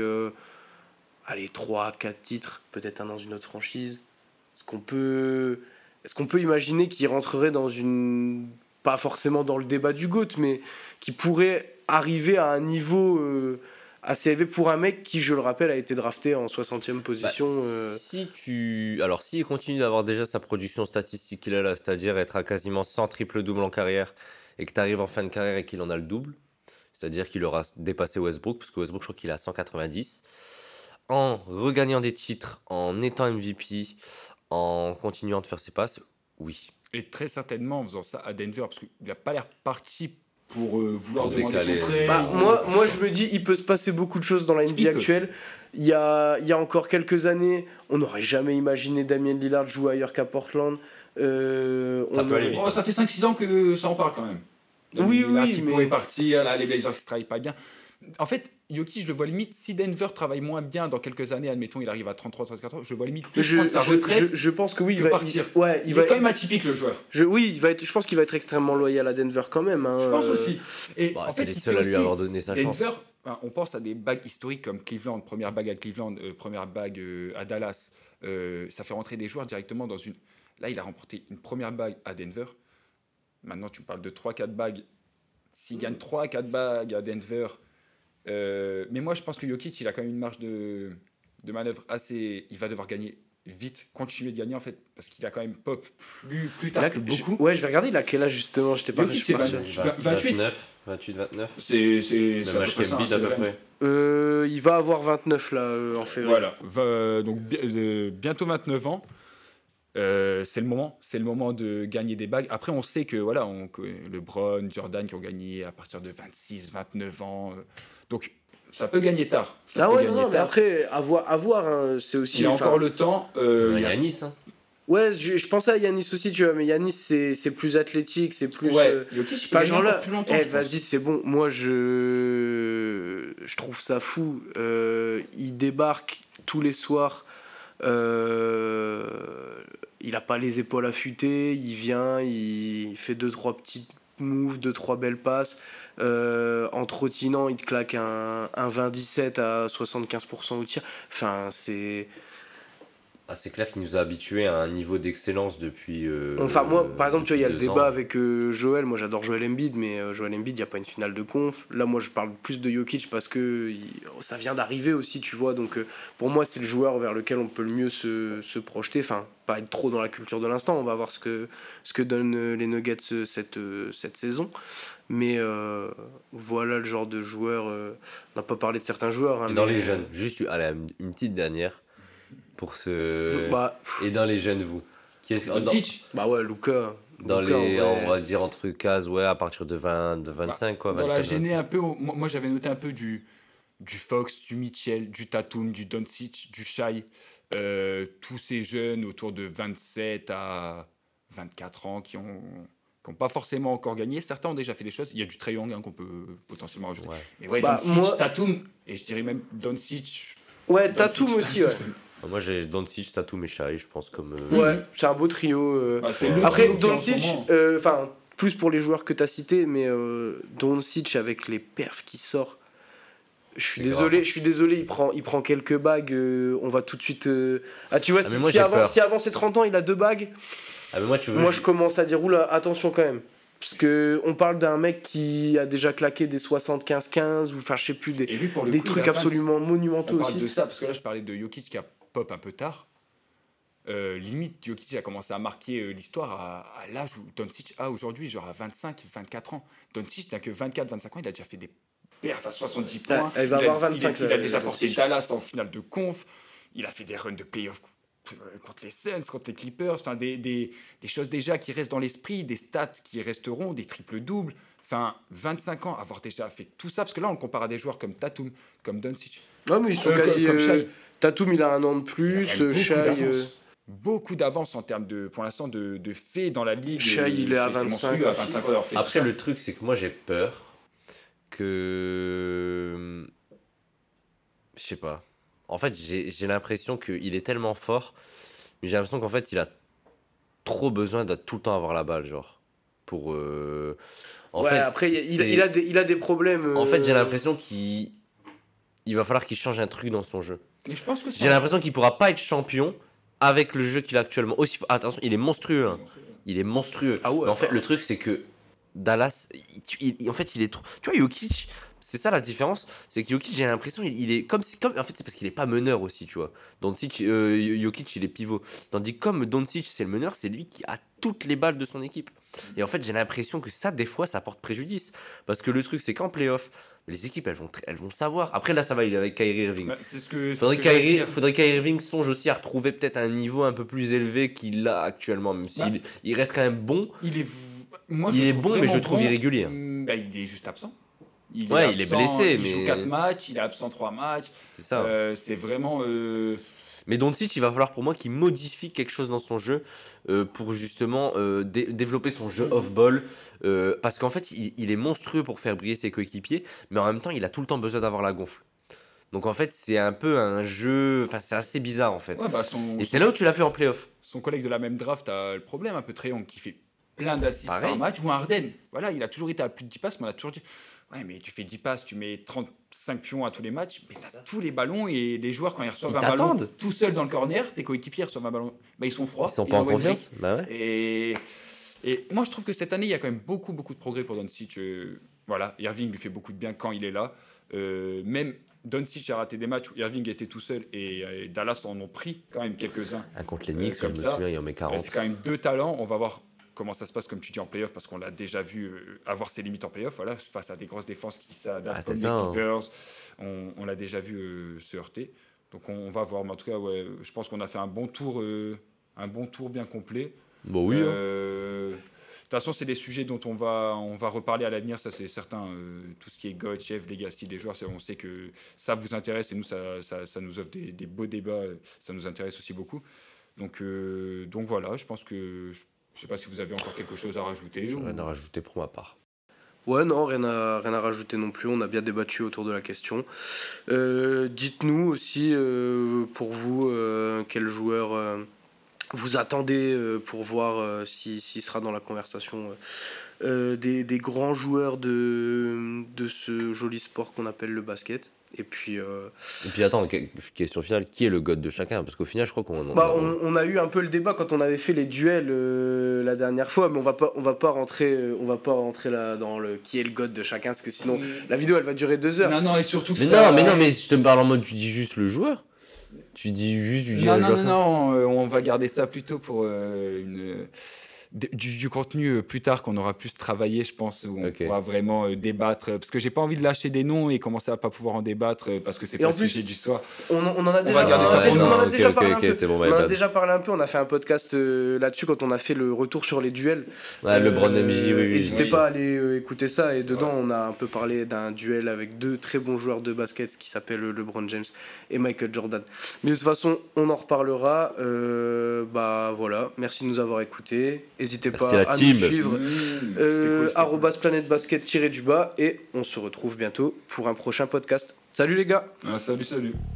[SPEAKER 2] 3-4 titres, peut-être un dans une autre franchise, est-ce qu'on peut imaginer qu'il rentrerait dans une... pas forcément dans le débat du GOAT, mais qui pourrait arriver à un niveau assez élevé pour un mec qui, je le rappelle, a été drafté en 60e position.
[SPEAKER 3] Alors, s'il continue d'avoir déjà sa production statistique qu'il a là, c'est-à-dire être à quasiment 100 triple-double en carrière, et que tu arrives en fin de carrière et qu'il en a le double, c'est-à-dire qu'il aura dépassé Westbrook, parce que Westbrook, je crois qu'il est à 190, en regagnant des titres, en étant MVP, en continuant de faire ses passes, oui.
[SPEAKER 1] Et très certainement en faisant ça à Denver, parce qu'il n'a pas l'air parti pour vouloir
[SPEAKER 3] décaler.
[SPEAKER 2] Moi, je me dis, il peut se passer beaucoup de choses dans la NBA actuelle. Il y a encore quelques années, on n'aurait jamais imaginé Damian Lillard jouer ailleurs qu'à Portland.
[SPEAKER 1] Ça fait 5-6 ans que ça en parle quand même.
[SPEAKER 2] Oui,
[SPEAKER 1] qui pourrait partir, là, les Blazers ne travaillent pas bien. En fait, Jokic, je le vois limite, si Denver travaille moins bien dans quelques années, admettons, il arrive à 33-34 ans, je le vois limite plus prendre sa retraite.
[SPEAKER 2] Je pense que oui,
[SPEAKER 1] il va partir. Il est quand même atypique, le joueur.
[SPEAKER 2] Je pense qu'il va être extrêmement loyal à Denver quand même. Hein,
[SPEAKER 1] je pense aussi.
[SPEAKER 3] Et en fait, c'est les seuls à lui avoir donné sa chance.
[SPEAKER 1] Denver, on pense à des bagues historiques comme Cleveland, première bague à Cleveland, première bague à Dallas. Ça fait rentrer des joueurs directement dans une... Là, il a remporté une première bague à Denver. Maintenant, tu me parles de 3-4 bagues. S'il gagne 3-4 bagues à Denver... mais moi, je pense que Jokic, il a quand même une marge de manœuvre assez... Il va devoir gagner vite, continuer de gagner, en fait, parce qu'il a quand même pop plus tard que beaucoup.
[SPEAKER 2] Je vais regarder, il a quel âge, justement. Je t'ai pas...
[SPEAKER 1] Jokic, c'est 28.
[SPEAKER 3] 28-29.
[SPEAKER 1] C'est
[SPEAKER 3] même âge qu'Embiid, à peu près.
[SPEAKER 2] Il va avoir 29, là, en février.
[SPEAKER 1] Voilà. Donc, bientôt 29 ans. C'est le moment de gagner des bagues. Après, on sait que voilà, que LeBron, Jordan qui ont gagné à partir de 26, 29 ans. Donc, ça peut gagner tard. Ça
[SPEAKER 2] Ah
[SPEAKER 1] peut
[SPEAKER 2] ouais,
[SPEAKER 1] gagner
[SPEAKER 2] non, mais
[SPEAKER 1] tard.
[SPEAKER 2] après, à voir, hein, c'est aussi.
[SPEAKER 1] Il y a
[SPEAKER 2] enfin,
[SPEAKER 1] encore le temps.
[SPEAKER 3] Il
[SPEAKER 1] il
[SPEAKER 3] y
[SPEAKER 1] y
[SPEAKER 3] a
[SPEAKER 1] a-
[SPEAKER 3] Nice, hein.
[SPEAKER 2] Ouais, je pensais à Yanis aussi, tu vois, mais Yanis, c'est plus athlétique, c'est plus.
[SPEAKER 1] Ouais, Jokic, il peut
[SPEAKER 2] Enfin,
[SPEAKER 1] gagner
[SPEAKER 2] genre
[SPEAKER 1] encore
[SPEAKER 2] là,
[SPEAKER 1] plus longtemps, je pense.
[SPEAKER 2] vas-y, c'est bon. Moi, je trouve ça fou. Il débarque tous les soirs. Il a pas les épaules affûtées. Il vient, il fait 2-3 petites moves, 2-3 belles passes. En trottinant, il te claque un 20-17 à 75% au tir. Enfin, c'est.
[SPEAKER 3] Ah, c'est clair qu'il nous a habitués à un niveau d'excellence depuis.
[SPEAKER 2] Enfin, moi, par exemple, tu vois, il y a le
[SPEAKER 3] depuis 2
[SPEAKER 2] débat
[SPEAKER 3] ans.
[SPEAKER 2] avec Joël. Moi, j'adore Joël Embiid, mais Joël Embiid, il n'y a pas une finale de conf. Là, moi, je parle plus de Jokic parce que ça vient d'arriver aussi, tu vois. Donc, pour moi, c'est le joueur vers lequel on peut le mieux se projeter. Enfin, pas être trop dans la culture de l'instant. On va voir ce que donnent les Nuggets cette saison. Mais voilà le genre de joueur. On n'a pas parlé de certains joueurs. Hein,
[SPEAKER 3] Et dans
[SPEAKER 2] mais,
[SPEAKER 3] les jeunes, juste allez, une petite dernière pour ce.
[SPEAKER 2] Bah,
[SPEAKER 3] Et dans les jeunes, vous
[SPEAKER 1] Doncic,
[SPEAKER 2] bah ouais, Luka.
[SPEAKER 3] dans
[SPEAKER 2] Luka,
[SPEAKER 3] les,
[SPEAKER 2] ouais.
[SPEAKER 3] on va dire entre cases, ouais, à partir de 20, de 25, quoi,
[SPEAKER 1] dans la
[SPEAKER 3] 24,
[SPEAKER 1] gênée
[SPEAKER 3] 25.
[SPEAKER 1] un peu, moi j'avais noté un peu du Fox, du Mitchell, du Tatum, du Doncic, du Shai, tous ces jeunes autour de 27 à 24 ans qui ont pas forcément encore gagné. Certains ont déjà fait des choses. Il y a du Trae Young qu'on peut potentiellement rajouter.
[SPEAKER 3] Ouais.
[SPEAKER 1] Mais ouais,
[SPEAKER 2] Bah,
[SPEAKER 1] Doncic,
[SPEAKER 2] moi-
[SPEAKER 1] Tatum, et je dirais même Doncic.
[SPEAKER 2] Ouais,
[SPEAKER 1] Doncic,
[SPEAKER 2] Tatum aussi, ouais.
[SPEAKER 3] Moi, j'ai Doncic, Tatum et Shai, je pense, comme.
[SPEAKER 2] Ouais, c'est un beau trio.
[SPEAKER 1] Bah, c'est le
[SPEAKER 2] Après,
[SPEAKER 1] trio qui, en ce
[SPEAKER 2] Doncic,
[SPEAKER 1] moment-
[SPEAKER 2] enfin, plus pour les joueurs que tu as cités, mais Doncic avec les perfs qui sort.
[SPEAKER 3] C'est grave.
[SPEAKER 2] Je suis désolé, il prend quelques bagues, on va tout de suite. Ah, tu vois,
[SPEAKER 3] Ah, mais moi, j'ai
[SPEAKER 2] avant,
[SPEAKER 3] peur.
[SPEAKER 2] si avant ses 30 ans, il a 2 bagues,
[SPEAKER 3] Ah, mais moi, tu veux.
[SPEAKER 2] moi je commence à dire, oula, attention quand même. Parce que on parle d'un mec qui a déjà claqué des 75-15, ou enfin, je sais plus,
[SPEAKER 1] Et lui, pour le
[SPEAKER 2] des
[SPEAKER 1] coup,
[SPEAKER 2] trucs
[SPEAKER 1] il a 20.
[SPEAKER 2] absolument
[SPEAKER 1] On
[SPEAKER 2] monumentaux
[SPEAKER 1] parle
[SPEAKER 2] aussi.
[SPEAKER 1] de ça parce que là, je parlais de Jokic qui a pop un peu tard. Limite, Jokic a commencé à marquer l'histoire à l'âge où Doncic a aujourd'hui, genre à 25, 24 ans. Doncic n'a que 24, 25 ans, il a déjà fait des perfs à 70 points.
[SPEAKER 2] Elle va
[SPEAKER 1] Il a-
[SPEAKER 2] avoir 25,
[SPEAKER 1] il a
[SPEAKER 2] là,
[SPEAKER 1] déjà
[SPEAKER 2] Doncic.
[SPEAKER 1] porté Dallas en finale de conf. Il a fait des runs de playoff contre les Suns, contre les Clippers. Enfin, des choses déjà qui restent dans l'esprit, des stats qui resteront, des triples-doubles. Enfin, 25 ans, avoir déjà fait tout ça. Parce que là, on le compare à des joueurs comme Tatum, comme Doncic.
[SPEAKER 2] Non, mais ils sont
[SPEAKER 1] Comme
[SPEAKER 2] quasi.
[SPEAKER 1] Shai.
[SPEAKER 2] Tatum, il a un an de
[SPEAKER 1] Il y a
[SPEAKER 2] plus,
[SPEAKER 1] quand même
[SPEAKER 2] Shai.
[SPEAKER 1] beaucoup d'avance en termes de, pour l'instant, de faits dans la ligue.
[SPEAKER 2] Shai, il est à
[SPEAKER 1] C'est
[SPEAKER 2] 25
[SPEAKER 1] monstrueux, à
[SPEAKER 2] aussi.
[SPEAKER 1] 25 ans d'avoir fait
[SPEAKER 3] Après,
[SPEAKER 1] tout ça.
[SPEAKER 3] le truc, c'est que moi, j'ai peur que. Je sais pas. En fait, j'ai l'impression qu'il est tellement fort, mais j'ai l'impression qu'en fait, il a trop besoin de tout le temps avoir la balle, genre. Pour. En
[SPEAKER 2] Ouais,
[SPEAKER 3] fait,
[SPEAKER 2] après,
[SPEAKER 3] c'est-
[SPEAKER 2] il a des problèmes.
[SPEAKER 3] En fait, j'ai l'impression qu'il va falloir qu'il change un truc dans son jeu.
[SPEAKER 1] Mais je pense que
[SPEAKER 3] J'ai l'impression qu'il pourra pas être champion avec le jeu qu'il a actuellement. Aussi, attention, il est monstrueux. Hein. Il est monstrueux.
[SPEAKER 2] Ah ouais,
[SPEAKER 3] Mais en fait,
[SPEAKER 2] bah.
[SPEAKER 3] le truc, c'est que Dallas, en fait, il est trop. Tu vois, Jokic, c'est ça la différence. C'est que Jokic, j'ai l'impression, il est comme. En fait, c'est parce qu'il est pas meneur aussi, tu vois. Doncic, Jokic, il est pivot. Tandis que comme Doncic, c'est le meneur, c'est lui qui a toutes les balles de son équipe. Et en fait, j'ai l'impression que ça, des fois, ça porte préjudice. Parce que le truc, c'est qu'en playoff, les équipes, elles vont savoir. Après, là, ça va, il est avec Kyrie Irving.
[SPEAKER 1] Ouais, c'est ce que. c'est
[SPEAKER 3] Faudrait
[SPEAKER 1] ce que j'allais dire.
[SPEAKER 3] Faudrait qu'Kyrie Irving songe aussi à retrouver peut-être un niveau un peu plus élevé qu'il a actuellement, même s'il
[SPEAKER 1] Ouais.
[SPEAKER 3] il reste quand même bon.
[SPEAKER 1] Il est. Moi,
[SPEAKER 3] Il
[SPEAKER 1] je le
[SPEAKER 3] est
[SPEAKER 1] trouve
[SPEAKER 3] bon, mais je
[SPEAKER 1] vraiment
[SPEAKER 3] le trouve
[SPEAKER 1] bon.
[SPEAKER 3] irrégulier.
[SPEAKER 1] Bah, il est juste absent. Il
[SPEAKER 3] Ouais, il est blessé,
[SPEAKER 1] il
[SPEAKER 3] mais-
[SPEAKER 1] joue 4 matchs, il est absent 3 matchs.
[SPEAKER 3] C'est ça.
[SPEAKER 1] C'est vraiment.
[SPEAKER 3] Mais Doncic, il va falloir pour moi qu'il modifie quelque chose dans son jeu pour justement développer son jeu off-ball. Parce qu'en fait, il est monstrueux pour faire briller ses coéquipiers, mais en même temps, il a tout le temps besoin d'avoir la gonfle. Donc en fait, c'est un peu un jeu. Enfin, c'est assez bizarre en fait.
[SPEAKER 1] Ouais, bah,
[SPEAKER 3] Et c'est là où tu l'as fait en playoff.
[SPEAKER 1] son collègue de la même draft a le problème un peu Trae Young qui fait plein d'assists
[SPEAKER 3] Pareil.
[SPEAKER 1] par match, ou un Harden. Voilà, il a toujours été à plus de 10 passes, mais on a toujours dit ouais, mais tu fais 10 passes, tu mets 35 pions à tous les matchs, mais tu as tous les ballons et les joueurs, quand ils reçoivent
[SPEAKER 3] Ils
[SPEAKER 1] un ballon
[SPEAKER 3] t'attendent.
[SPEAKER 1] tout seuls dans le corner, tes coéquipiers reçoivent un ballon, bah, ils sont froids.
[SPEAKER 3] Ils sont pas en
[SPEAKER 1] envoient une
[SPEAKER 3] confiance. Bah ouais.
[SPEAKER 1] brique. Et moi, je trouve que cette année, il y a quand même beaucoup de progrès pour Doncic. Voilà, Irving lui fait beaucoup de bien quand il est là. Même Doncic a raté des matchs où Irving était tout seul et Dallas en ont pris quand même quelques-uns.
[SPEAKER 3] Un contre les Knicks, je
[SPEAKER 1] comme
[SPEAKER 3] me
[SPEAKER 1] ça.
[SPEAKER 3] souviens, il en met 40.
[SPEAKER 1] C'est quand même 2 talents. On va voir comment ça se passe, comme tu dis, en playoff, parce qu'on l'a déjà vu avoir ses limites en playoff, voilà, face à des grosses défenses qui s'adaptent,
[SPEAKER 3] Ah,
[SPEAKER 1] comme
[SPEAKER 3] c'est
[SPEAKER 1] les
[SPEAKER 3] ça, hein.
[SPEAKER 1] Clippers. On l'a déjà vu se heurter. Donc on va voir. Mais en tout cas, ouais, je pense qu'on a fait un bon tour un bon tour bien complet.
[SPEAKER 3] Bon, oui. Hein.
[SPEAKER 1] De toute façon, c'est des sujets dont on va reparler à l'avenir, ça c'est certain. Tout ce qui est God, Chef, Legacy des joueurs, on sait que ça vous intéresse et nous, ça nous offre des beaux débats, ça nous intéresse aussi beaucoup. Donc voilà, je pense que. Je ne sais pas si vous avez encore quelque chose à rajouter.
[SPEAKER 3] J'ai rien à rajouter pour ma part.
[SPEAKER 2] Ouais, non, rien à rajouter non plus. On a bien débattu autour de la question. Dites-nous aussi, pour vous, quel joueur vous attendez pour voir s'il sera dans la conversation des grands joueurs de ce joli sport qu'on appelle le basket. Et puis
[SPEAKER 3] attends, question finale, qui est le god de chacun? Parce qu'au final, je crois
[SPEAKER 2] on a eu un peu le débat quand on avait fait les duels la dernière fois, mais on va pas rentrer là dans le qui est le god de chacun, parce que sinon la vidéo elle va durer 2 heures.
[SPEAKER 1] Non, et surtout que
[SPEAKER 3] mais je te parle en mode, tu dis juste le joueur. Tu dis juste du joueur.
[SPEAKER 1] Non, on va garder ça plutôt pour du contenu plus tard qu'on aura plus travaillé, je pense, où on pourra vraiment débattre, parce que j'ai pas envie de lâcher des noms et commencer à pas pouvoir en débattre parce que c'est pas le sujet du soir.
[SPEAKER 2] On en a déjà parlé un peu. On a fait un podcast là-dessus quand on a fait le retour sur les duels.
[SPEAKER 3] LeBron MJ, oui.
[SPEAKER 2] N'hésitez pas à aller écouter ça, et dedans on a un peu parlé d'un duel avec 2 très bons joueurs de basket qui s'appellent LeBron James et Michael Jordan. Mais de toute façon, on en reparlera. Voilà, merci de nous avoir écoutés. N'hésitez pas à nous suivre, @planetbasket_, et on se retrouve bientôt pour un prochain podcast. Salut les gars.
[SPEAKER 1] Salut.